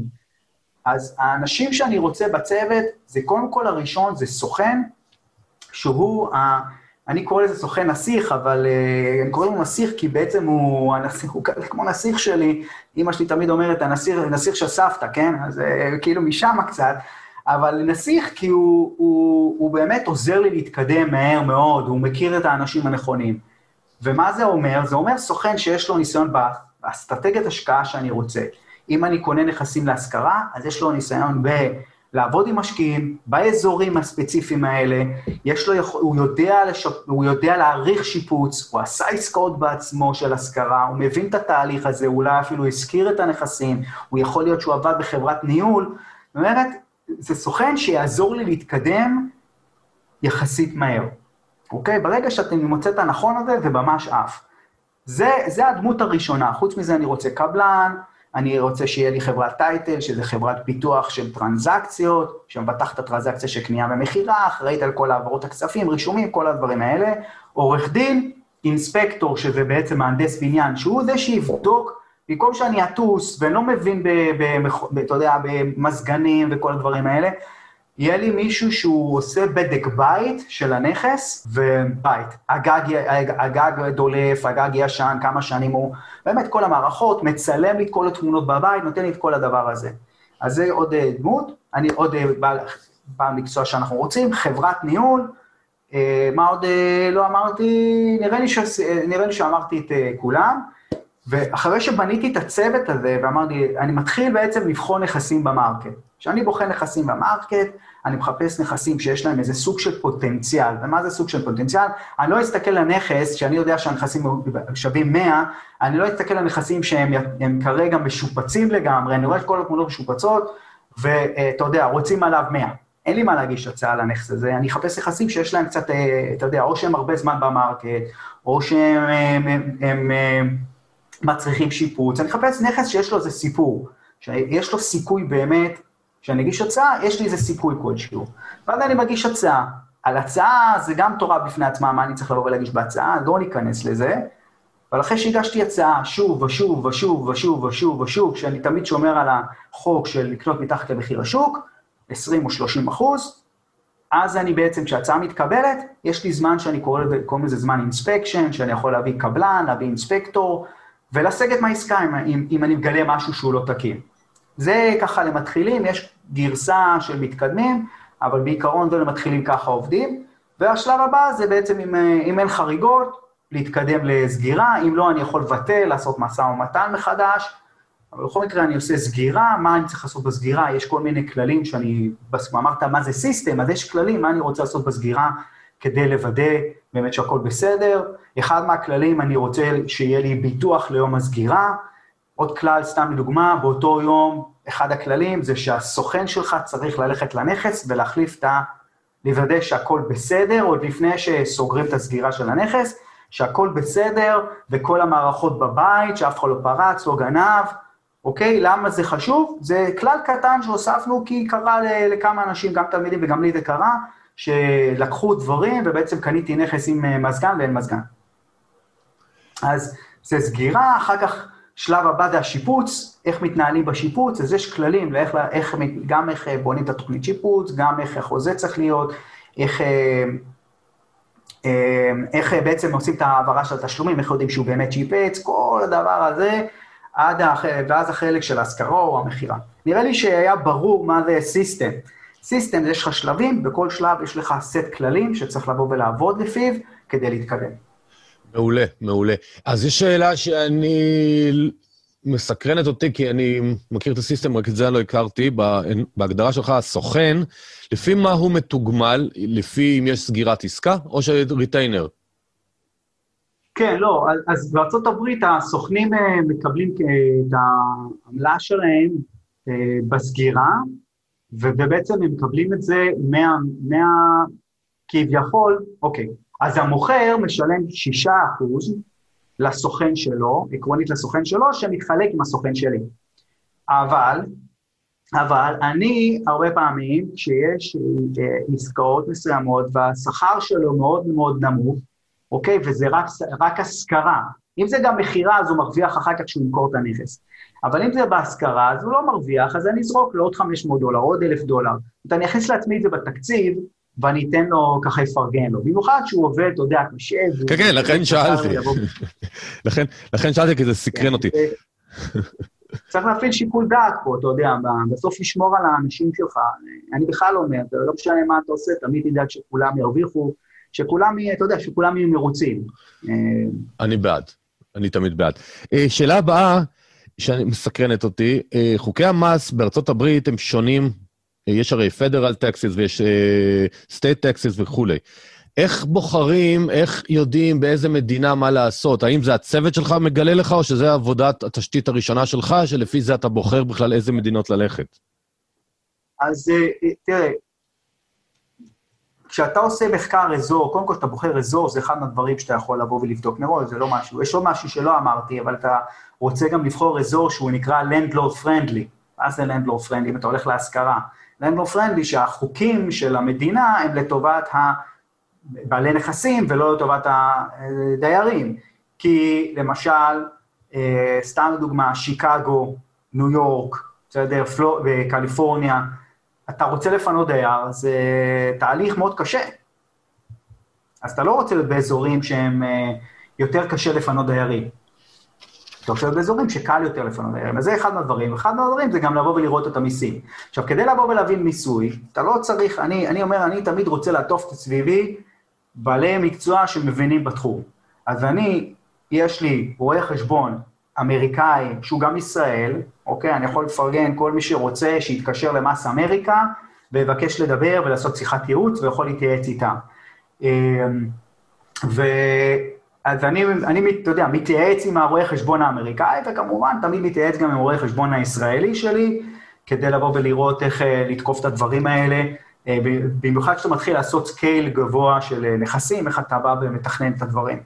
אז האנשים שאני רוצה בצוות, זה קודם כל הראשון, זה סוכן, שהוא, ה, אני קורא לזה סוכן נסיך, אבל uh, אני קורא לו נסיך, כי בעצם הוא, הנסיך, הוא כמו נסיך שלי, אמא שלי תמיד אומרת, הנסיך, נסיך של סבתא, כן? אז uh, כאילו משם קצת, אבל נסיך כי הוא, הוא, הוא באמת עוזר לי להתקדם מהר מאוד, הוא מכיר את האנשים הנכונים. ומה זה אומר? זה אומר סוכן שיש לו ניסיון באסטרטגיית השקעה שאני רוצה. אם אני קונה נכסים להשכרה, אז יש לו ניסיון בלעבוד עם משקיעים, באזורים הספציפיים האלה, יש לו, הוא יודע, הוא יודע להעריך שיפוץ, הוא עשה עסקאות בעצמו של השכרה, הוא מבין את התהליך הזה, אולי אפילו הזכיר את הנכסים, הוא יכול להיות שהוא עבד בחברת ניהול, זאת אומרת, זה סוכן שיעזור לי להתקדם יחסית מהר. אוקיי? ברגע שאתם מוצא את הנכון הזה, זה ממש אף. זה, זה הדמות הראשונה. חוץ מזה אני רוצה קבלן, אני רוצה שיהיה לי חברת טייטל, שזה חברת פיתוח של טרנזקציות, שמבטח את הטרנזקציה של קנייה ומחירה, אחראית על כל העברות הכספים, רישומים, כל הדברים האלה. עורך דין, אינספקטור, שזה בעצם מהנדס בניין, שהוא זה שיבדוק, במקום שאני אטוס, ואני לא מבין ב, ב, ב, אתה יודע, במסגנים וכל הדברים האלה, יהיה לי מישהו שהוא עושה בדק בית של הנכס, ובית. הגג, הגג דולף, הגג ישן, כמה שנים הוא, באמת כל המערכות, מצלם לי את כל התמונות בבית, נותן לי את כל הדבר הזה. אז זה עוד דמות, אני עוד במקצוע שאנחנו רוצים, חברת ניהול, מה עוד לא אמרתי, נראה לי, ש, נראה לי שאמרתי את כולם, ואחרי שבניתי את הצוות הזה, ואמרתי, אני מתחיל בעצם לבחון נכסים במרקט. כשאני בוחן נכסים במרקט, אני מחפש נכסים שיש להם איזה סוג של פוטנציאל. ומה זה סוג של פוטנציאל? אני לא אסתכל לנכס, שאני יודע שהנכסים שווים מאה, אני לא אסתכל לנכסים שהם הם כרגע משופצים לגמרי, אני רואה את כל התמונות משופצות, ואתה יודע, רוצים עליו מאה. אין לי מה להגיש הצעה לנכס הזה, אני אחפש יחסים שיש להם קצת, אתה יודע, או שהם הרבה זמן במרקט, או שהם הם, הם, הם, הם, מצריכים שיפוץ, אני אחפש נכס שיש לו איזה סיפור, שיש לו סיכוי באמת, כשאני אגיש הצעה, יש לי איזה סיכוי כלשהו. ואז אני מגיש הצעה, על הצעה זה גם תורה בפני עצמה, מה אני צריך לבוא ולהגיש בהצעה, לא ניכנס לזה, אבל אחרי שהגשתי הצעה שוב ושוב ושוב ושוב ושוב ושוב, כשאני תמיד שומר על החוק של לקנות מתחת למחיר השוק, עשרים או שלושים אחוז, אז אני בעצם, כשההצעה מתקבלת, יש לי זמן שאני קורא לזה זמן אינספקשן, שאני יכול להביא קבלן, להביא אינספקטור, ולסגת מהעסקה אם, אם אני מגלה משהו שהוא לא תקין. זה ככה למתחילים, יש גרסה של מתקדמים, אבל בעיקרון זה למתחילים ככה עובדים, והשלב הבא זה בעצם אם, אם אין חריגות, להתקדם לסגירה, אם לא אני יכול לבטל, לעשות מסע ומתן מחדש, אבל בכל מקרה אני עושה סגירה, מה אני צריך לעשות בסגירה, יש כל מיני כללים שאני, אמרת מה זה סיסטם, אז יש כללים, מה אני רוצה לעשות בסגירה, כדי לוודא באמת שהכל בסדר, אחד מהכללים אני רוצה שיהיה לי ביטוח ליום הסגירה, עוד כלל, סתם לדוגמה, באותו יום, אחד הכללים זה שהסוכן שלך צריך ללכת לנכס ולהחליף את ה... לוודא שהכל בסדר, עוד לפני שסוגרים את הסגירה של הנכס, שהכל בסדר, וכל המערכות בבית, שאף אחד לא פרץ, לא גנב, אוקיי? למה זה חשוב? זה כלל קטן שהוספנו, כי קרה לכמה אנשים, גם תלמידים וגם לי זה קרה, שלקחו דברים, ובעצם קניתי נכס עם מזגן ואין מזגן. אז זה סגירה, אחר כך שלב הבא זה השיפוץ, איך מתנהלים בשיפוץ, אז יש כללים, לאיך, איך, גם איך בונים את התוכנית שיפוץ, גם איך החוזה צריך להיות, איך, איך בעצם עושים את העברה של התשלומים, איך יודעים שהוא באמת שיפץ, כל הדבר הזה, עד, ואז החלק של ההשכרה או המחירה. נראה לי שהיה ברור מה זה סיסטם. סיסטם זה יש לך שלבים, בכל שלב יש לך סט כללים שצריך לבוא ולעבוד לפיו כדי להתקדם.
מעולה, מעולה. אז יש שאלה שאני מסקרנת אותי, כי אני מכיר את הסיסטם, רק את זה לא הכרתי, בהגדרה שלך, הסוכן, לפי מה הוא מתוגמל, לפי אם יש סגירת עסקה, או שריטיינר?
כן, לא, אז בארצות הברית הסוכנים מקבלים את העמלה שלהם בסגירה, ובעצם הם מקבלים את זה מה, מה כביכול, אוקיי, אז המוכר משלם שישה אחוז לסוכן שלו, עקרונית לסוכן שלו, שמתחלק עם הסוכן שלי. אבל, אבל אני הרבה פעמים, כשיש עסקאות מסוימות, והשכר שלו מאוד מאוד נמוך, אוקיי, וזה רק, רק השכרה. אם זה גם מחירה, אז הוא מרוויח אחר כך שהוא ימכור את הנכס. אבל אם זה בהשכרה, אז הוא לא מרוויח, אז אני אזרוק לו עוד חמש מאות דולר, עוד אלף דולר. אני אכניס לעצמי את זה בתקציב, ואני אתן לו ככה יפרגן לו. במיוחד שהוא עובד, אתה יודע, קשה.
כן, כן, לכן שאלתי. לכן שאלתי, כי זה סקרן אותי.
צריך להפעיל שיקול דעת פה, אתה יודע, בסוף לשמור על האנשים שלך. אני בכלל אומר, לא משנה מה אתה עושה, תמיד תדאג שכולם ירוויחו, שכולם, אתה יודע, שכולם יהיו מרוצים.
אני בעד, אני תמיד בעד. שאלה הבאה, שמסקרנת אותי, חוקי המס בארצות הברית הם שונים, יש הרי פדרל טקסיס ויש סטייט טקסיס וכולי. איך בוחרים, איך יודעים באיזה מדינה מה לעשות? האם זה הצוות שלך מגלה לך, או שזה עבודת התשתית הראשונה שלך, שלפי זה אתה בוחר בכלל איזה מדינות ללכת?
אז תראה, כשאתה עושה מחקר אזור, קודם כל שאתה בוחר אזור, זה אחד מהדברים שאתה יכול לבוא ולבדוק מראש, זה לא משהו, יש עוד משהו שלא אמרתי, אבל אתה רוצה גם לבחור אזור שהוא נקרא landlord friendly. מה זה landlord friendly? אם אתה הולך להשכרה. landlord friendly שהחוקים של המדינה הם לטובת בעלי נכסים ולא לטובת הדיירים. כי למשל, סתם לדוגמה, שיקגו, ניו יורק, בסדר, בקליפורניה, אתה רוצה לפנות דייר, זה תהליך מאוד קשה. אז אתה לא רוצה להיות באזורים שהם יותר קשה לפנות דיירים. אתה רוצה להיות באזורים שקל יותר לפנות דיירים. אז זה אחד מהדברים. אחד מהדברים זה גם לבוא ולראות את המיסים. עכשיו, כדי לבוא ולהבין מיסוי, אתה לא צריך, אני, אני אומר, אני תמיד רוצה לעטוף את סביבי בעלי מקצוע שמבינים בתחום. אז אני, יש לי רואה חשבון אמריקאי, שהוא גם ישראל, אוקיי? אני יכול לפרגן כל מי שרוצה שיתקשר למס אמריקה, ויבקש לדבר ולעשות שיחת ייעוץ, ויכול להתייעץ איתם. ואז אני, אני, אתה יודע, מתייעץ עם הרואה חשבון האמריקאי, וכמובן תמיד מתייעץ גם עם הרואה חשבון הישראלי שלי, כדי לבוא ולראות איך לתקוף את הדברים האלה, במיוחד כשאתה מתחיל לעשות סקייל גבוה של נכסים, איך אתה בא ומתכנן את הדברים.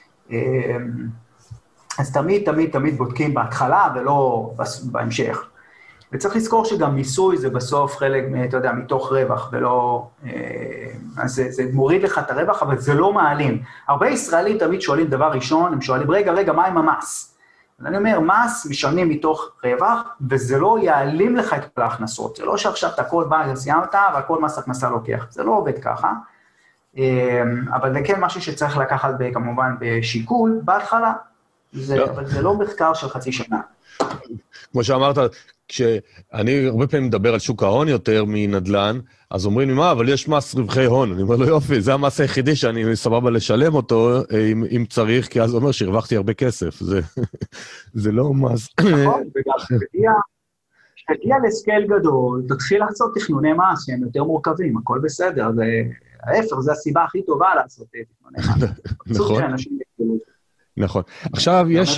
אז תמיד, תמיד, תמיד בודקים בהתחלה ולא בהמשך. וצריך לזכור שגם מיסוי זה בסוף חלק, אתה יודע, מתוך רווח, ולא... אז זה, זה מוריד לך את הרווח, אבל זה לא מעלים. הרבה ישראלים תמיד שואלים דבר ראשון, הם שואלים, רגע, רגע, מה עם המס? אני אומר, מס משלמים מתוך רווח, וזה לא יעלים לך את כל ההכנסות. זה לא שעכשיו אתה כל בא, סיימת, והכל מס הכנסה לוקח. זה לא עובד ככה. אבל זה כן משהו שצריך לקחת כמובן בשיקול, בהתחלה. זה, לא. אבל זה לא מחקר של חצי שנה.
כמו שאמרת, כשאני הרבה פעמים מדבר על שוק ההון יותר מנדל"ן, אז אומרים לי, מה, אבל יש מס רווחי הון. אני אומר לו, יופי, זה המס היחידי שאני סבבה לשלם אותו, אם, אם צריך, כי אז הוא אומר שהרווחתי הרבה כסף. זה, זה לא מס.
נכון, וגם כשתגיע לסקייל גדול, תתחיל לעשות תכנוני מס שהם יותר מורכבים, הכל בסדר. זה, ההפך, זו הסיבה הכי טובה לעשות תכנוני מס.
נכון. נכון. עכשיו יש...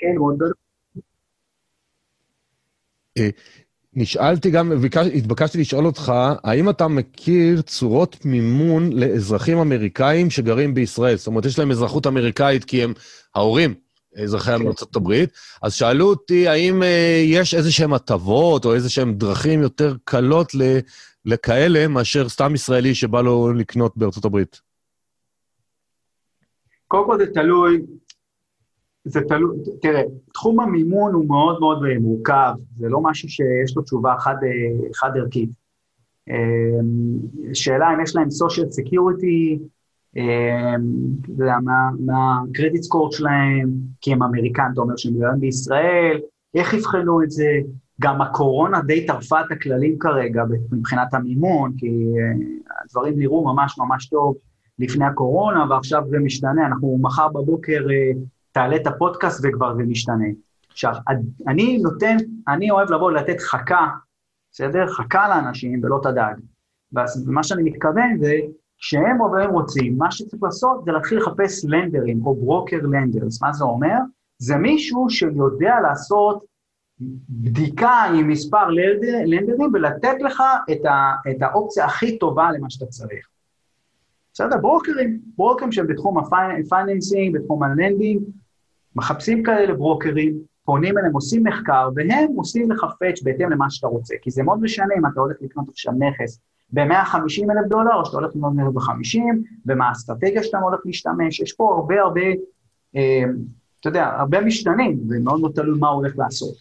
נשאלתי גם, התבקשתי לשאול אותך, האם אתה מכיר צורות מימון לאזרחים אמריקאים שגרים בישראל? זאת אומרת, יש להם אזרחות אמריקאית כי הם ההורים, אזרחי ארצות הברית, אז שאלו אותי, האם יש איזשהם הטבות או איזשהם דרכים יותר קלות לכאלה, מאשר סתם ישראלי שבא לו לקנות בארצות הברית?
קודם כל זה תלוי, זה תלוי, תראה, תחום המימון הוא מאוד מאוד מורכב, זה לא משהו שיש לו תשובה חד, חד ערכית. שאלה אם יש להם social security, מה, מה credit score שלהם, כי הם אמריקאים, אתה אומר שהם גרים בישראל, איך יבחנו את זה, גם הקורונה די טרפה את הכללים כרגע, מבחינת המימון, כי הדברים נראו ממש ממש טוב לפני הקורונה, ועכשיו זה משתנה, אנחנו מחר בבוקר תעלה את הפודקאסט וכבר זה משתנה. עכשיו, אני נותן, אני אוהב לבוא לתת חכה, בסדר? חכה לאנשים ולא תדאג. ומה שאני מתכוון זה, כשהם והם רוצים, מה שצריך לעשות זה להתחיל לחפש לנדרים, או ברוקר לנדרס. מה זה אומר? זה מישהו שיודע לעשות בדיקה עם מספר לנדרים, ולתת לך את, ה, את האופציה הכי טובה למה שאתה צריך. בסדר? ברוקרים, ברוקרים שהם בתחום הפייננסינג, בתחום הלנדינג, מחפשים כאלה ברוקרים, פונים אליהם, עושים מחקר, והם עושים לך פאץ' בהתאם למה שאתה רוצה, כי זה מאוד משנה אם אתה הולך לקנות עכשיו נכס ב-מאה וחמישים אלף דולר, או שאתה הולך לקנות נכס ב-חמישים, ומה האסטרטגיה שאתה הולך להשתמש, יש פה הרבה הרבה, אה, אתה יודע, הרבה משתנים, ומאוד מאוד תלוי מה הוא הולך לעשות.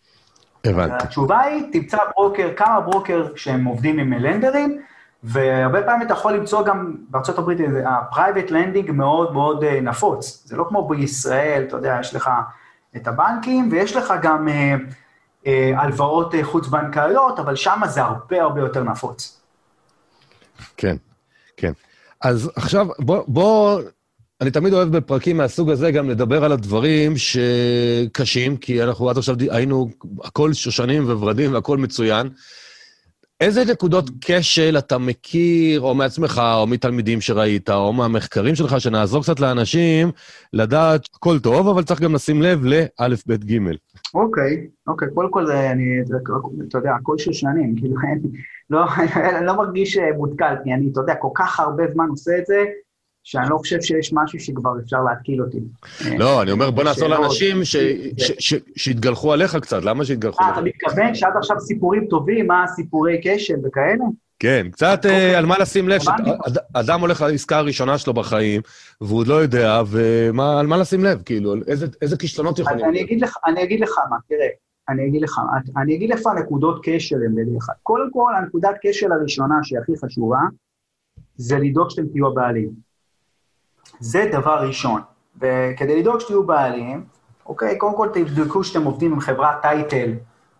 הבנתי.
התשובה היא, תמצא ברוקר, כמה ברוקר שהם עובדים עם לנדרים, והרבה פעמים אתה יכול למצוא גם בארצות הברית, ה-private lending מאוד מאוד נפוץ. זה לא כמו בישראל, אתה יודע, יש לך את הבנקים, ויש לך גם אה, אה, הלוואות חוץ-בנקאיות, אבל שם זה הרבה הרבה יותר נפוץ.
כן, כן. אז עכשיו, בוא, בוא, אני תמיד אוהב בפרקים מהסוג הזה גם לדבר על הדברים שקשים, כי אנחנו עד עכשיו היינו הכל שושנים וורדים והכל מצוין. איזה נקודות כשל אתה מכיר, או מעצמך, או מתלמידים שראית, או מהמחקרים שלך, שנעזור קצת לאנשים, לדעת, הכל טוב, אבל צריך גם לשים לב לאלף, בית, גימל.
אוקיי, אוקיי, קודם כל, אני, אתה יודע, הכל של שנים, כאילו, אני לא, לא מרגיש מותקל, כי אני, אתה יודע, כל כך הרבה זמן עושה את זה, שאני לא חושב שיש משהו שכבר אפשר להתקיל אותי.
לא, אני אומר, בוא נעזור לאנשים שהתגלחו עליך קצת, למה שהתגלחו עליך?
אתה מתכוון שעד עכשיו סיפורים טובים, מה הסיפורי כשל וכאלה?
כן, קצת על מה לשים לב, שאדם הולך לעסקה הראשונה שלו בחיים, והוא לא יודע, ועל מה לשים לב, כאילו, איזה כישלונות יכולים.
אני אגיד לך מה, תראה, אני אגיד לך, אני אגיד לך נקודות כשל הם בדרך. קודם כל, הנקודת כשל הראשונה שהיא הכי חשובה, זה לדאוג שאתם תהיו הבעלים. זה דבר ראשון, וכדי לדאוג שתהיו בעלים, אוקיי, קודם כל תבדקו שאתם עובדים עם חברת טייטל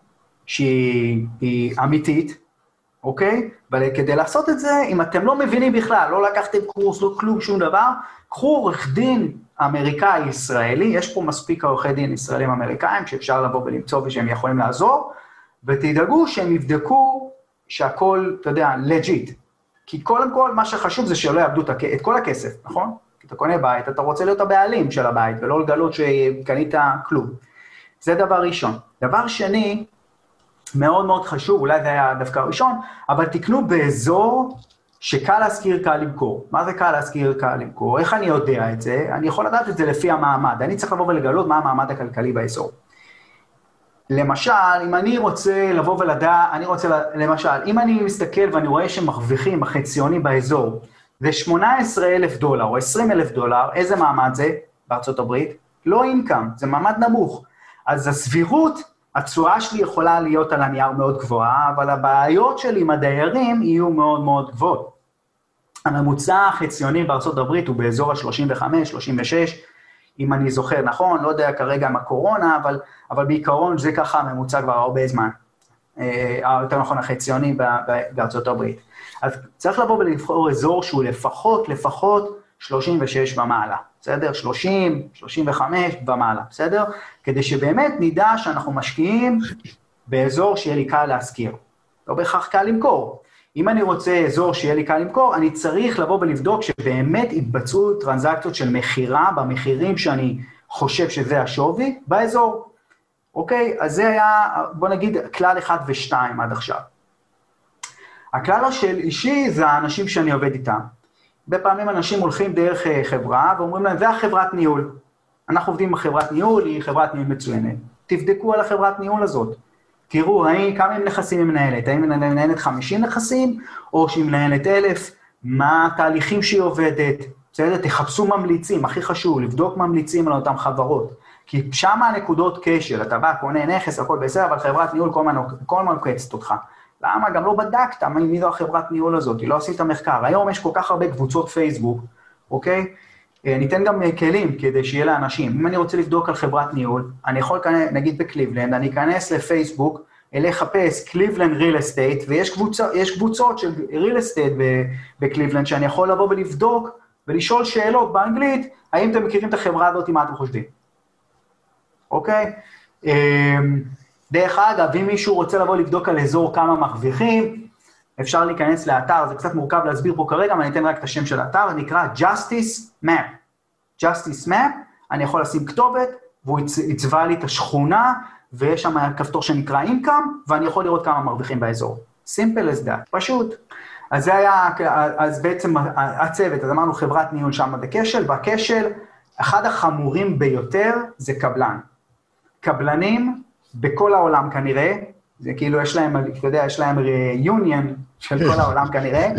שהיא אמיתית, אוקיי? וכדי לעשות את זה, אם אתם לא מבינים בכלל, לא לקחתם קורס, לא כלום, שום דבר, קחו עורך דין אמריקאי ישראלי, יש פה מספיק עורכי דין ישראלים אמריקאים, שאפשר לבוא ולמצוא ושהם יכולים לעזור, ותדאגו שהם יבדקו שהכל, אתה יודע, לג'יט. כי קודם כל, מה שחשוב זה שלא יאבדו את כל הכסף, נכון? כי אתה קונה בית, אתה רוצה להיות הבעלים של הבית, ולא לגלות שקנית כלום. זה דבר ראשון. דבר שני, מאוד מאוד חשוב, אולי זה היה דווקא הראשון, אבל תקנו באזור שקל להזכיר, קל למכור. מה זה קל להזכיר, קל למכור? איך אני יודע את זה? אני יכול לדעת את זה לפי המעמד. אני צריך לבוא ולגלות מה המעמד הכלכלי באזור. למשל, אם אני רוצה לבוא ולדע, אני רוצה, למשל, אם אני מסתכל ואני רואה שמרוויחים החציוני באזור, זה שמונה עשרה אלף דולר או עשרים אלף דולר, איזה מעמד זה בארצות הברית? לא אינקאם, זה מעמד נמוך. אז הסבירות, התשואה שלי יכולה להיות על הנייר מאוד גבוהה, אבל הבעיות שלי עם הדיירים יהיו מאוד מאוד גבוהות. הממוצע החציוני בארצות הברית הוא באזור ה-שלושים וחמש שלושים ושש, אם אני זוכר נכון, לא יודע כרגע עם הקורונה, אבל, אבל בעיקרון זה ככה הממוצע כבר הרבה זמן. יותר נכון החציוני בארצות הברית. אז צריך לבוא ולבחור אזור שהוא לפחות, לפחות שלושים ושש ומעלה, בסדר? שלושים, שלושים וחמש ומעלה, בסדר? כדי שבאמת נדע שאנחנו משקיעים באזור שיהיה לי קל להזכיר. לא בהכרח קל למכור. אם אני רוצה אזור שיהיה לי קל למכור, אני צריך לבוא ולבדוק שבאמת יתבצעו טרנזקציות של מחירה במחירים שאני חושב שזה השווי באזור. אוקיי? אז זה היה, בוא נגיד, כלל אחד ושתיים עד עכשיו. הכלל של אישי זה האנשים שאני עובד איתם. בפעמים אנשים הולכים דרך חברה ואומרים להם, זה החברת ניהול. אנחנו עובדים בחברת ניהול, היא חברת ניהול מצוינת. תבדקו על החברת ניהול הזאת. תראו, האם, כמה הם נכסים היא מנהלת? האם היא מנהלת חמישים נכסים, או שהיא מנהלת אלף? מה התהליכים שהיא עובדת? בסדר? תחפשו ממליצים, הכי חשוב, לבדוק ממליצים על אותם חברות. כי שם הנקודות כשל, אתה בא, קונה נכס, הכל בסדר, אבל חברת ניהול כל הזמן, כל הזמן קצת אותך. למה? גם לא בדקת, מי זו החברת ניהול הזאת, לא עשית מחקר. היום יש כל כך הרבה קבוצות פייסבוק, אוקיי? ניתן גם כלים כדי שיהיה לאנשים. אם אני רוצה לבדוק על חברת ניהול, אני יכול, נגיד בקליבלנד, אני אכנס לפייסבוק, אלה לחפש קליבלנד ריל אסטייט, ויש קבוצות, יש קבוצות של ריל אסטייט בקליבלנד, שאני יכול לבוא ולבדוק, ולשאול שאלות באנגלית, האם אתם מכירים את החברה הזאת, מה אתם חושבים? אוקיי? דרך אגב, אם מישהו רוצה לבוא לבדוק על אזור כמה מרוויחים, אפשר להיכנס לאתר, זה קצת מורכב להסביר פה כרגע, אבל אני אתן רק את השם של האתר, נקרא Justice Map. Justice Map, אני יכול לשים כתובת, והוא יצבע לי את השכונה, ויש שם כפתור שנקרא Income, ואני יכול לראות כמה מרוויחים באזור. Simple as that, פשוט. אז זה היה, אז בעצם הצוות, אז אמרנו חברת ניהול שם בכשל, בכשל, אחד החמורים ביותר זה קבלן. קבלנים בכל העולם כנראה, זה כאילו יש להם, אתה יודע, יש להם ריאיוניון של כל העולם כנראה,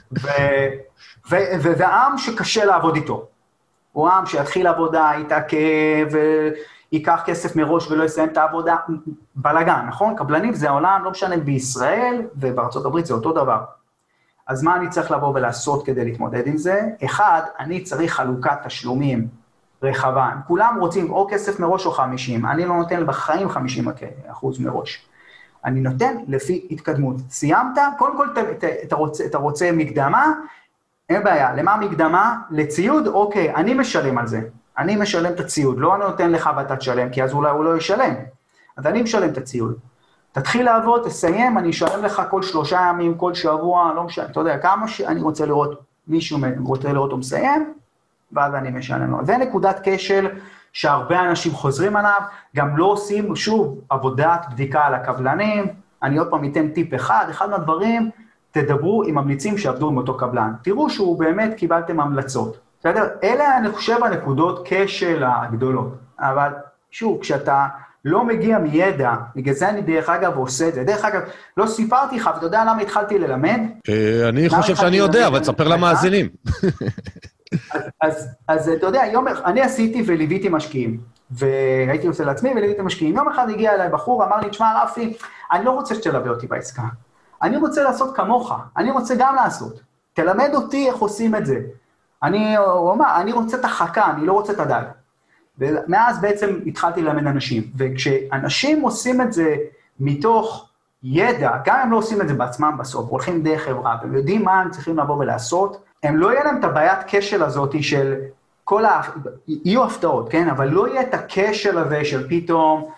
וזה עם שקשה לעבוד איתו. הוא עם שיתחיל עבודה, יתעכב, ייקח כסף מראש ולא יסיים את העבודה, בלגן, נכון? קבלנים זה העולם, לא משנה בישראל, ובארצות הברית זה אותו דבר. אז מה אני צריך לבוא ולעשות כדי להתמודד עם זה? אחד, אני צריך חלוקת תשלומים רחבה. כולם רוצים או כסף מראש או חמישים, אני לא נותן בחיים חמישים אחוז מראש. אני נותן לפי התקדמות. סיימת? קודם כל, אתה רוצה, אתה רוצה מקדמה? אין בעיה. למה מקדמה? לציוד? אוקיי, אני משלם על זה. אני משלם את הציוד, לא אני נותן לך ואתה תשלם, כי אז אולי הוא לא ישלם. אז אני משלם את הציוד. תתחיל לעבוד, תסיים, אני אשלם לך כל שלושה ימים, כל שבוע, לא משנה, אתה יודע, כמה שאני רוצה לראות, מישהו רוצה לראות הוא מסיים, ואז אני משלם לו. זה נקודת כשל שהרבה אנשים חוזרים עליו, גם לא עושים, שוב, עבודת בדיקה על הקבלנים, אני עוד פעם אתן טיפ אחד, אחד מהדברים, תדברו עם ממליצים שעבדו עם אותו קבלן, תראו שהוא באמת קיבלתם המלצות, בסדר? אלה אני חושב הנקודות כשל הגדולות, אבל שוב, כשאתה לא מגיע מידע, בגלל זה אני דרך אגב עושה את זה, דרך אגב, לא סיפרתי לך, ואתה יודע למה התחלתי ללמד?
אני חושב שאני יודע, אבל תספר למאזינים.
אז, אז אתה יודע, יום, אני עשיתי וליוויתי משקיעים, והייתי עושה לעצמי וליוויתי משקיעים. יום אחד הגיע אליי בחור, אמר לי, תשמע רפי, אני לא רוצה שתלווה אותי בעסקה. אני רוצה לעשות כמוך, אני רוצה גם לעשות. תלמד אותי איך עושים את זה. אני, הוא אמר, אני רוצה את החכה, אני לא רוצה את הדג. ומאז בעצם התחלתי ללמד אנשים, וכשאנשים עושים את זה מתוך ידע, גם הם לא עושים את זה בעצמם בסוף, הולכים דרך חברה, והם יודעים מה הם צריכים לבוא ולעשות, הם לא יהיה להם את הבעיית כשל הזאת של כל ה... יהיו הפתעות, כן? אבל לא יהיה את הכשל הזה של פתאום,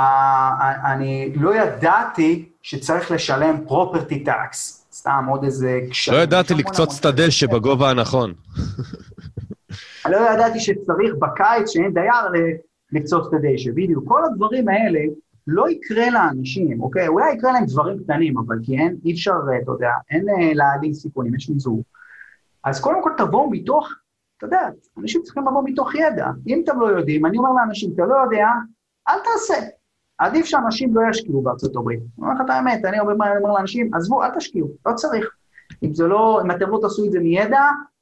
אני לא ידעתי שצריך לשלם property tax, סתם עוד איזה כשל.
לא ידעתי לקצוץ את הדשא בגובה הנכון.
אני לא ידעתי שצריך בקיץ שאין דייר לקצוץ את הדשא, בדיוק. כל הדברים האלה, לא יקרה לאנשים, אוקיי? אולי יקרה להם דברים קטנים, אבל כי אין, אי אפשר, אתה יודע, אין להעלים סיכונים, יש מזור. אז קודם כל תבואו מתוך, אתה יודע, אנשים צריכים לבוא מתוך ידע. אם אתם לא יודעים, אני אומר לאנשים, אתה לא יודע, אל תעשה. עדיף שאנשים לא ישקיעו בארצות הברית. אני אומר לך את האמת, אני אומר, אני אומר לאנשים, עזבו, אל תשקיעו, לא צריך. אם זה לא, אם אתם לא תעשו את זה מידע,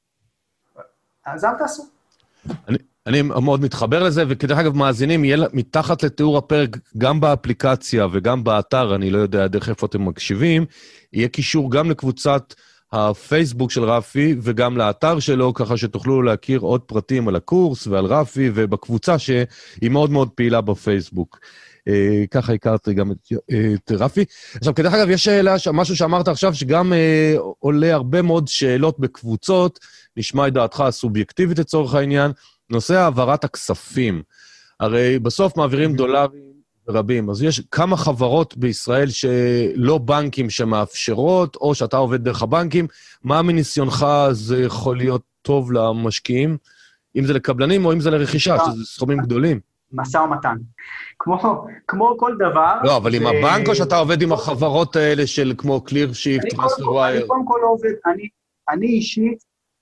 אז אל תעשו.
אני, אני מאוד מתחבר לזה, וכדרך אגב, מאזינים, יהיה מתחת לתיאור הפרק, גם באפליקציה וגם באתר, אני לא יודע דרך איפה אתם מקשיבים, יהיה קישור גם לקבוצת הפייסבוק של רפי, וגם לאתר שלו, ככה שתוכלו להכיר עוד פרטים על הקורס ועל רפי, ובקבוצה שהיא מאוד מאוד פעילה בפייסבוק. ככה הכרתי גם את, את רפי. עכשיו, כדרך אגב, יש שאלה, משהו שאמרת עכשיו, שגם אה, עולה הרבה מאוד שאלות בקבוצות, נשמע את דעתך הסובייקטיבית לצורך העניין, נושא העברת הכספים. הרי בסוף מעבירים דולרים רבים, אז יש כמה חברות בישראל שלא בנקים שמאפשרות, או שאתה עובד דרך הבנקים, מה מניסיונך זה יכול להיות טוב למשקיעים, אם זה לקבלנים או אם זה לרכישה, שזה סכומים גדולים?
מסע ומתן. כמו, כמו כל דבר...
לא, אבל עם הבנק או שאתה עובד עם החברות האלה של כמו קליר שיפט, טרנספרווייר?
אני קודם כל לא עובד, אני, אני אישית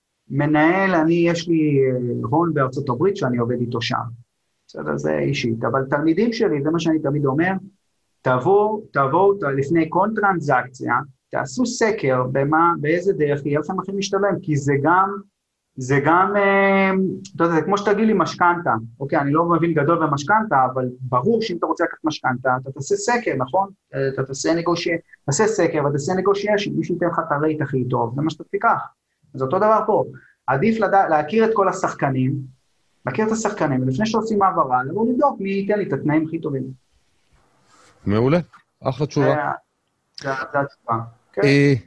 מנהל, אני, יש לי הון בארצות הברית שאני עובד איתו שם. בסדר, זה אישית. אבל תלמידים שלי, זה מה שאני תמיד אומר, תבואו, תבואו לפני כל טרנזקציה, תעשו סקר במה, באיזה דרך יהיה לכם הכי משתלם, כי זה גם... זה גם, אתה יודע, זה כמו שתגיד לי משכנתה, אוקיי, אני לא מבין גדול במשכנתה, אבל ברור שאם אתה רוצה לקחת משכנתה, אתה תעשה סקר, נכון? אתה תעשה נגושיה, תעשה סקר, ותעשה נגושיה, שמישהו ייתן לך את הרייט הכי טוב, זה מה שאתה תיקח. אז אותו דבר פה, עדיף לדע, להכיר את כל השחקנים, להכיר את השחקנים, ולפני שעושים העברה, לבוא לבדוק מי ייתן לי את התנאים הכי טובים.
מעולה, אחלה תשובה.
זה התשובה, כן.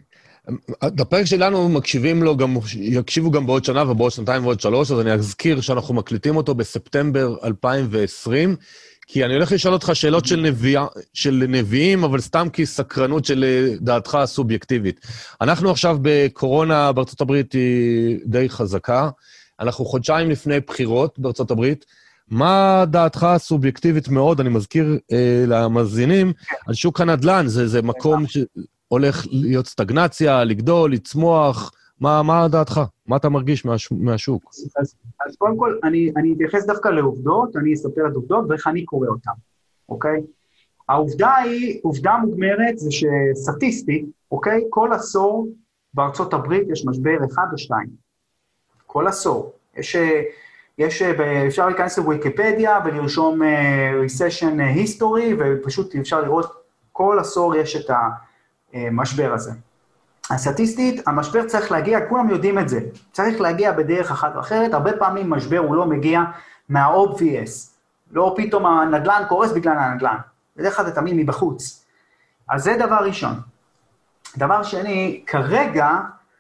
בפרק שלנו מקשיבים לו, גם, יקשיבו גם בעוד שנה ובעוד שנתיים ובעוד שלוש, אז אני אזכיר שאנחנו מקליטים אותו בספטמבר אלפיים ועשרים, כי אני הולך לשאול אותך שאלות של, נביע, של נביאים, אבל סתם כי סקרנות של דעתך הסובייקטיבית. אנחנו עכשיו בקורונה בארצות הברית היא די חזקה, אנחנו חודשיים לפני בחירות בארצות הברית, מה דעתך הסובייקטיבית מאוד, אני מזכיר אה, למאזינים, על שוק הנדל"ן, זה, זה מקום ש... הולך להיות סטגנציה, לגדול, לצמוח, מה, מה דעתך? מה אתה מרגיש מהש, מהשוק?
אז, אז קודם כל, אני, אני אתייחס דווקא לעובדות, אני אספר את עובדות ואיך אני קורא אותן, אוקיי? העובדה היא, עובדה מוגמרת זה שסטטיסטית, אוקיי? כל עשור בארצות הברית יש משבר אחד או שתיים. כל עשור. יש, יש, אפשר להיכנס לוויקיפדיה ולרשום recession history, ופשוט אפשר לראות, כל עשור יש את ה... משבר הזה. הסטטיסטית, המשבר צריך להגיע, כולם יודעים את זה, צריך להגיע בדרך אחת או אחרת, הרבה פעמים משבר הוא לא מגיע מה-obvious, לא פתאום הנדלן קורס בגלל הנדלן, בדרך כלל זה תמיד מבחוץ. אז זה דבר ראשון. דבר שני, כרגע,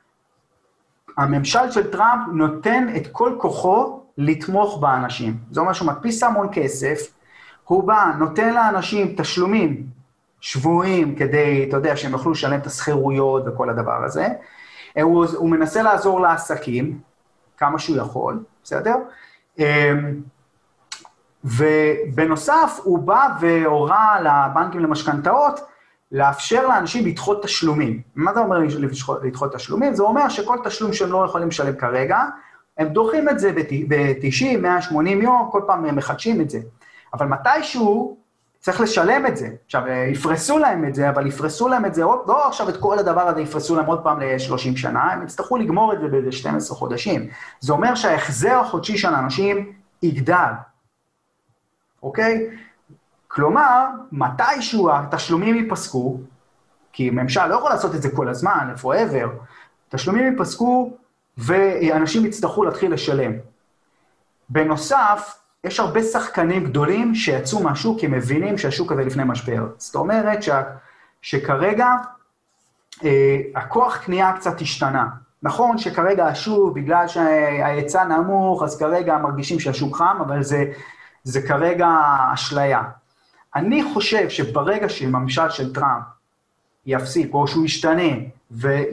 הממשל של טראמפ נותן את כל כוחו לתמוך באנשים. זה אומר שהוא מדפיס המון כסף, הוא בא, נותן לאנשים תשלומים, שבועים כדי, אתה יודע, שהם יוכלו לשלם את הסחירויות וכל הדבר הזה. הוא, הוא מנסה לעזור לעסקים, כמה שהוא יכול, בסדר? ובנוסף, הוא בא והורה לבנקים למשכנתאות, לאפשר לאנשים לדחות תשלומים. מה זה אומר לדחות תשלומים? זה אומר שכל תשלום שהם לא יכולים לשלם כרגע, הם דוחים את זה ב-תשעים, מאה ושמונים יום, כל פעם הם מחדשים את זה. אבל מתישהו, צריך לשלם את זה. עכשיו, יפרסו להם את זה, אבל יפרסו להם את זה, לא עכשיו את כל הדבר הזה יפרסו להם עוד פעם ל-שלושים שנה, הם יצטרכו לגמור את זה ב-שנים עשר חודשים. זה אומר שההחזר החודשי של האנשים יגדל. אוקיי? כלומר, מתישהו התשלומים ייפסקו, כי ממשל לא יכול לעשות את זה כל הזמן, forever, תשלומים ייפסקו, ואנשים יצטרכו להתחיל לשלם. בנוסף, יש הרבה שחקנים גדולים שיצאו מהשוק, כי הם מבינים שהשוק הזה לפני משבר. זאת אומרת ש... שכרגע אה, הכוח קנייה קצת השתנה. נכון שכרגע השוק, בגלל שההיצע נמוך, אז כרגע מרגישים שהשוק חם, אבל זה, זה כרגע אשליה. אני חושב שברגע שממשל של טראמפ יפסיק, או שהוא ישתנה,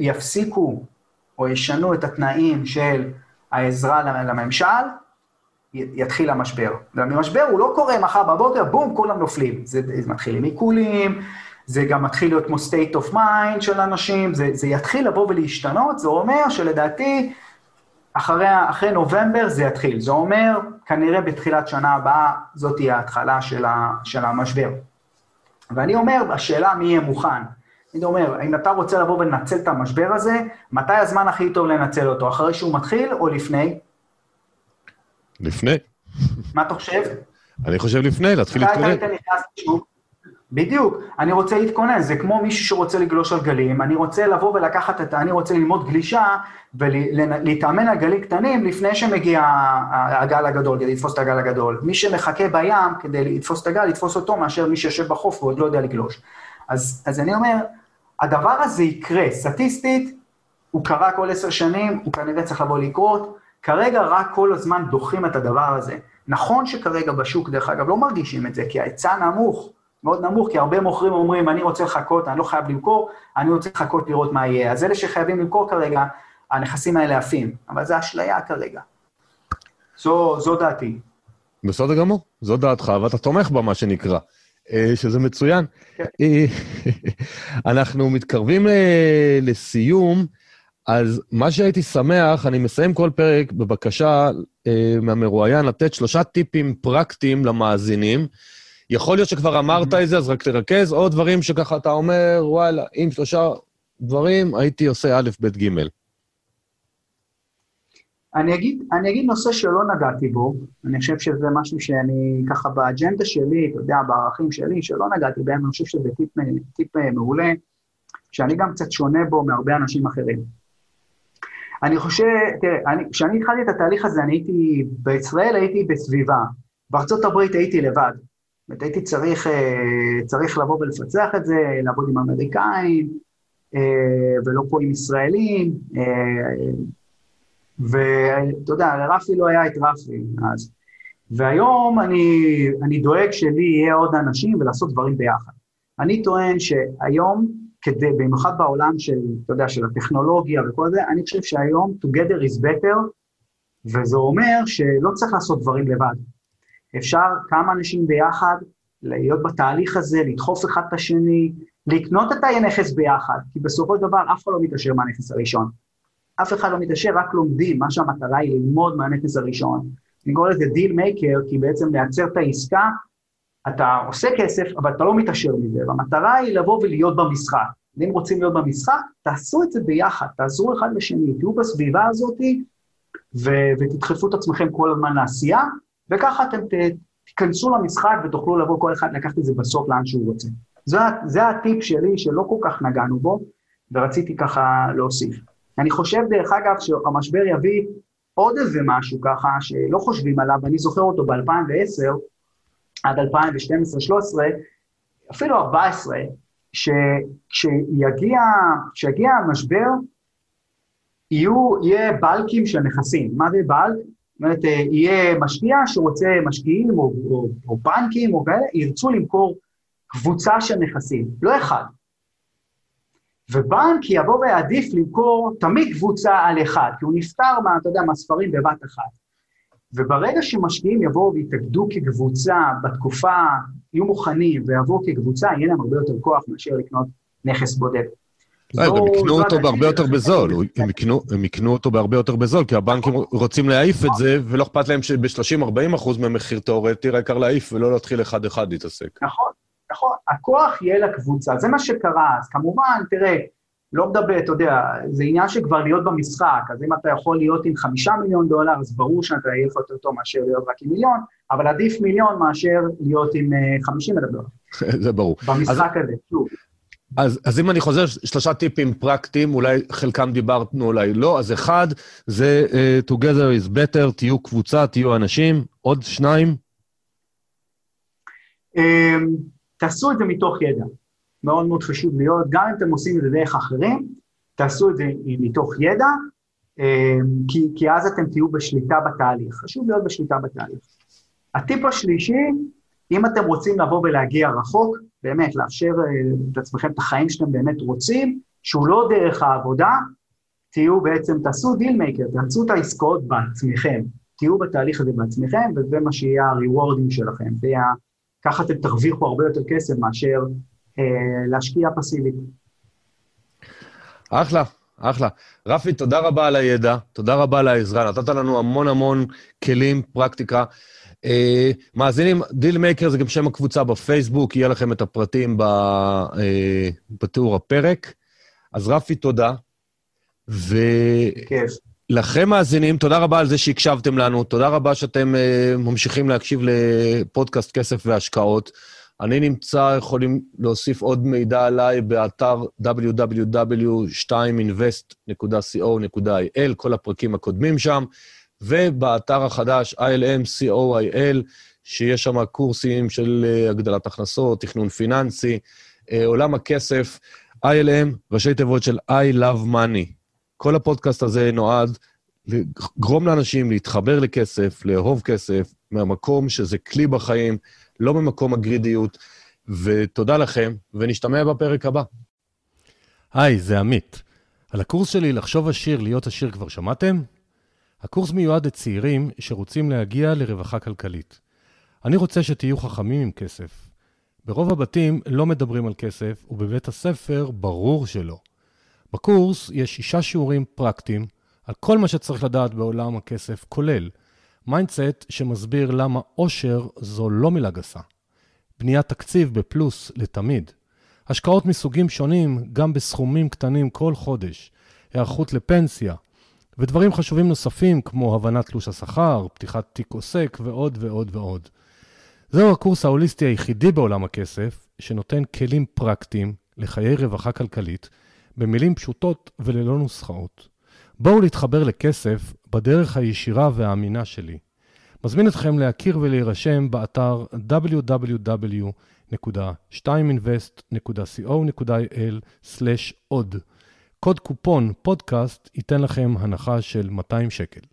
ויפסיקו, או ישנו את התנאים של העזרה לממשל, יתחיל המשבר. והמשבר הוא לא קורה מחר בבוקר, בום, כולם נופלים. זה, זה מתחיל עם עיקולים, זה גם מתחיל להיות כמו state of mind של אנשים, זה, זה יתחיל לבוא ולהשתנות, זה אומר שלדעתי, אחרי, אחרי נובמבר זה יתחיל. זה אומר, כנראה בתחילת שנה הבאה, זאת תהיה ההתחלה של, ה, של המשבר. ואני אומר, השאלה מי יהיה מוכן. אני אומר, אם אתה רוצה לבוא ולנצל את המשבר הזה, מתי הזמן הכי טוב לנצל אותו? אחרי שהוא מתחיל או לפני?
לפני.
מה אתה חושב?
אני חושב לפני, להתחיל להתכונן.
בדיוק, אני רוצה להתכונן, זה כמו מישהו שרוצה לגלוש על גלים, אני רוצה לבוא ולקחת את, אני רוצה ללמוד גלישה, ולהתאמן על גלים קטנים, לפני שמגיע הגל הגדול, כדי לתפוס את הגל הגדול. מי שמחכה בים, כדי לתפוס את הגל, לתפוס אותו, מאשר מי שיושב בחוף, ועוד לא יודע לגלוש. אז, אז אני אומר, הדבר הזה יקרה, סטטיסטית, הוא קרה כל עשר שנים, הוא כנראה צריך לבוא לקרות, כרגע רק כל הזמן דוחים את הדבר הזה. נכון שכרגע בשוק, דרך אגב, לא מרגישים את זה, כי ההיצע נמוך, מאוד נמוך, כי הרבה מוכרים אומרים, אני רוצה לחכות, אני לא חייב למכור, אני רוצה לחכות לראות מה יהיה. אז אלה שחייבים למכור כרגע, הנכסים האלה עפים, אבל זה אשליה כרגע. זו, זו דעתי.
בסדר גמור, זו דעתך, ואתה תומך בה, מה שנקרא, שזה מצוין. כן. אנחנו מתקרבים לסיום, אז מה שהייתי שמח, אני מסיים כל פרק בבקשה מהמרואיין, לתת שלושה טיפים פרקטיים למאזינים, יכול להיות שכבר אמרת את זה, אז רק תרכז, או דברים שככה אתה אומר, וואלה, עם שלושה דברים, הייתי עושה א', ב', ג'.
אני אגיד, אני אגיד נושא שלא נגעתי בו, אני חושב שזה משהו שאני ככה באג'נדה שלי, אתה יודע, בערכים שלי, שלא נגעתי בהם, אני חושב שזה טיפ, טיפ מעולה, שאני גם קצת שונה בו מהרבה אנשים אחרים. אני חושב, תראה, אני, כשאני התחלתי את התהליך הזה, אני הייתי, בישראל הייתי בסביבה, בארצות הברית הייתי לבד, הייתי צריך, צריך לבוא ולפצח את זה, לעבוד עם אמריקאים, ולא פה עם ישראלים, ואתה יודע, לרפי לא היה את רפי אז. והיום אני, אני דואג שלי יהיה עוד אנשים ולעשות דברים ביחד. אני טוען שהיום, כדי, במיוחד בעולם של, אתה יודע, של הטכנולוגיה וכל זה, אני חושב שהיום together is better, וזה אומר שלא צריך לעשות דברים לבד. אפשר כמה אנשים ביחד, להיות בתהליך הזה, לדחוף אחד את השני, לקנות את הנכס ביחד, כי בסופו של דבר אף אחד לא מתעשר מהנכס הראשון. אף אחד לא מתעשר, רק לומדים, מה שהמטרה היא ללמוד מהנכס הראשון. אני קורא לזה דיל מייקר, כי בעצם לייצר את העסקה, אתה עושה כסף, אבל אתה לא מתעשר מזה, והמטרה היא לבוא ולהיות במשחק. אם רוצים להיות במשחק, תעשו את זה ביחד, תעזרו אחד לשני, תהיו בסביבה הזאת, ו- ותדחפו את עצמכם כל הזמן לעשייה, וככה אתם ת- תיכנסו למשחק ותוכלו לבוא כל אחד לקחת את זה בסוף לאן שהוא רוצה. זה, זה הטיפ שלי שלא כל כך נגענו בו, ורציתי ככה להוסיף. אני חושב דרך אגב שהמשבר יביא עוד איזה משהו ככה, שלא חושבים עליו, ואני זוכר אותו ב-אלפיים ועשר, עד אלפיים ושתים עשרה שלוש עשרה, אפילו ארבע עשרה, שכשיגיע, כשיגיע המשבר, יהיו, יהיה בלקים של נכסים. מה זה בלק? זאת אומרת, יהיה משקיע שרוצה משקיעים, או, או, או בנקים, או כאלה, ירצו למכור קבוצה של נכסים, לא אחד. ובנק יבוא ויעדיף למכור תמיד קבוצה על אחד, כי הוא נפטר מה, אתה יודע, מהספרים בבת אחת. וברגע שמשקיעים יבואו ויתאגדו כקבוצה בתקופה, יהיו מוכנים ויבואו כקבוצה, יהיה להם הרבה יותר כוח מאשר לקנות נכס בודד.
הם יקנו אותו בהרבה יותר בזול, הם יקנו אותו בהרבה יותר בזול, כי הבנקים רוצים להעיף את זה, ולא אכפת להם שב-שלושים עד ארבעים אחוז מהמחיר תיאורטי, רק העיקר להעיף ולא להתחיל אחד אחד להתעסק.
נכון, נכון, הכוח יהיה לקבוצה, זה מה שקרה, אז כמובן, תראה, לא מדבר, אתה יודע, זה עניין שכבר להיות במשחק, אז אם אתה יכול להיות עם חמישה מיליון דולר, אז ברור שאתה יהיה יותר טוב מאשר להיות רק עם מיליון, אבל עדיף מיליון מאשר להיות עם חמישים אלף דולר.
זה ברור.
במשחק הזה, שוב.
אז, אז אם אני חוזר שלושה טיפים פרקטיים, אולי חלקם דיברנו, אולי לא, אז אחד, זה uh, together is better, תהיו קבוצה, תהיו אנשים, עוד שניים?
Um, תעשו את זה מתוך ידע. מאוד מאוד חשוב להיות, גם אם אתם עושים את זה דרך אחרים, תעשו את זה מתוך ידע, כי, כי אז אתם תהיו בשליטה בתהליך. חשוב להיות בשליטה בתהליך. הטיפ השלישי, אם אתם רוצים לבוא ולהגיע רחוק, באמת לאפשר את עצמכם את החיים שאתם באמת רוצים, שהוא לא דרך העבודה, תהיו בעצם, תעשו דיל מייקר, תעשו את העסקאות בעצמכם. תהיו בתהליך הזה בעצמכם, וזה מה שיהיה הריוורדים שלכם. זה יהיה, ככה אתם תרוויחו הרבה יותר כסף מאשר אה, להשקיע פסיבית.
אחלה, אחלה. רפי, תודה רבה על הידע, תודה רבה על העזרה, נתת לנו המון המון כלים, פרקטיקה. אה, מאזינים, דיל מייקר זה גם שם הקבוצה בפייסבוק, יהיה לכם את הפרטים ב, אה, בתיאור הפרק. אז רפי, תודה. ולכם מאזינים, תודה רבה על זה שהקשבתם לנו, תודה רבה שאתם uh, ממשיכים להקשיב לפודקאסט כסף והשקעות. אני נמצא, יכולים להוסיף עוד מידע עליי באתר דאבליו דאבליו דאבליו נקודה שתיים אינבסט נקודה סי או נקודה איי אל, כל הפרקים הקודמים שם, ובאתר החדש איי אל אם סי או איי אל, שיש שם קורסים של uh, הגדלת הכנסות, תכנון פיננסי, uh, עולם הכסף, איי אל אם, ראשי תיבות של I love money. כל הפודקאסט הזה נועד לגרום לאנשים להתחבר לכסף, לאהוב כסף, מהמקום שזה כלי בחיים, לא ממקום הגרידיות, ותודה לכם, ונשתמע בפרק הבא.
היי, זה עמית. על הקורס שלי לחשוב עשיר, להיות עשיר כבר שמעתם? הקורס מיועד לצעירים שרוצים להגיע לרווחה כלכלית. אני רוצה שתהיו חכמים עם כסף. ברוב הבתים לא מדברים על כסף, ובבית הספר ברור שלא. בקורס יש שישה שיעורים פרקטיים על כל מה שצריך לדעת בעולם הכסף, כולל מיינדסט שמסביר למה עושר זו לא מילה גסה, בניית תקציב בפלוס לתמיד, השקעות מסוגים שונים גם בסכומים קטנים כל חודש, היערכות לפנסיה, ודברים חשובים נוספים כמו הבנת תלוש השכר, פתיחת תיק עוסק ועוד ועוד ועוד. זהו הקורס ההוליסטי היחידי בעולם הכסף, שנותן כלים פרקטיים לחיי רווחה כלכלית, במילים פשוטות וללא נוסחאות. בואו להתחבר לכסף בדרך הישירה והאמינה שלי. מזמין אתכם להכיר ולהירשם באתר דאבליו דאבליו דאבליו נקודה שתיים אינבסט נקודה סי או נקודה איי אל סלש עוד. קוד קופון פודקאסט ייתן לכם הנחה של מאתיים שקל.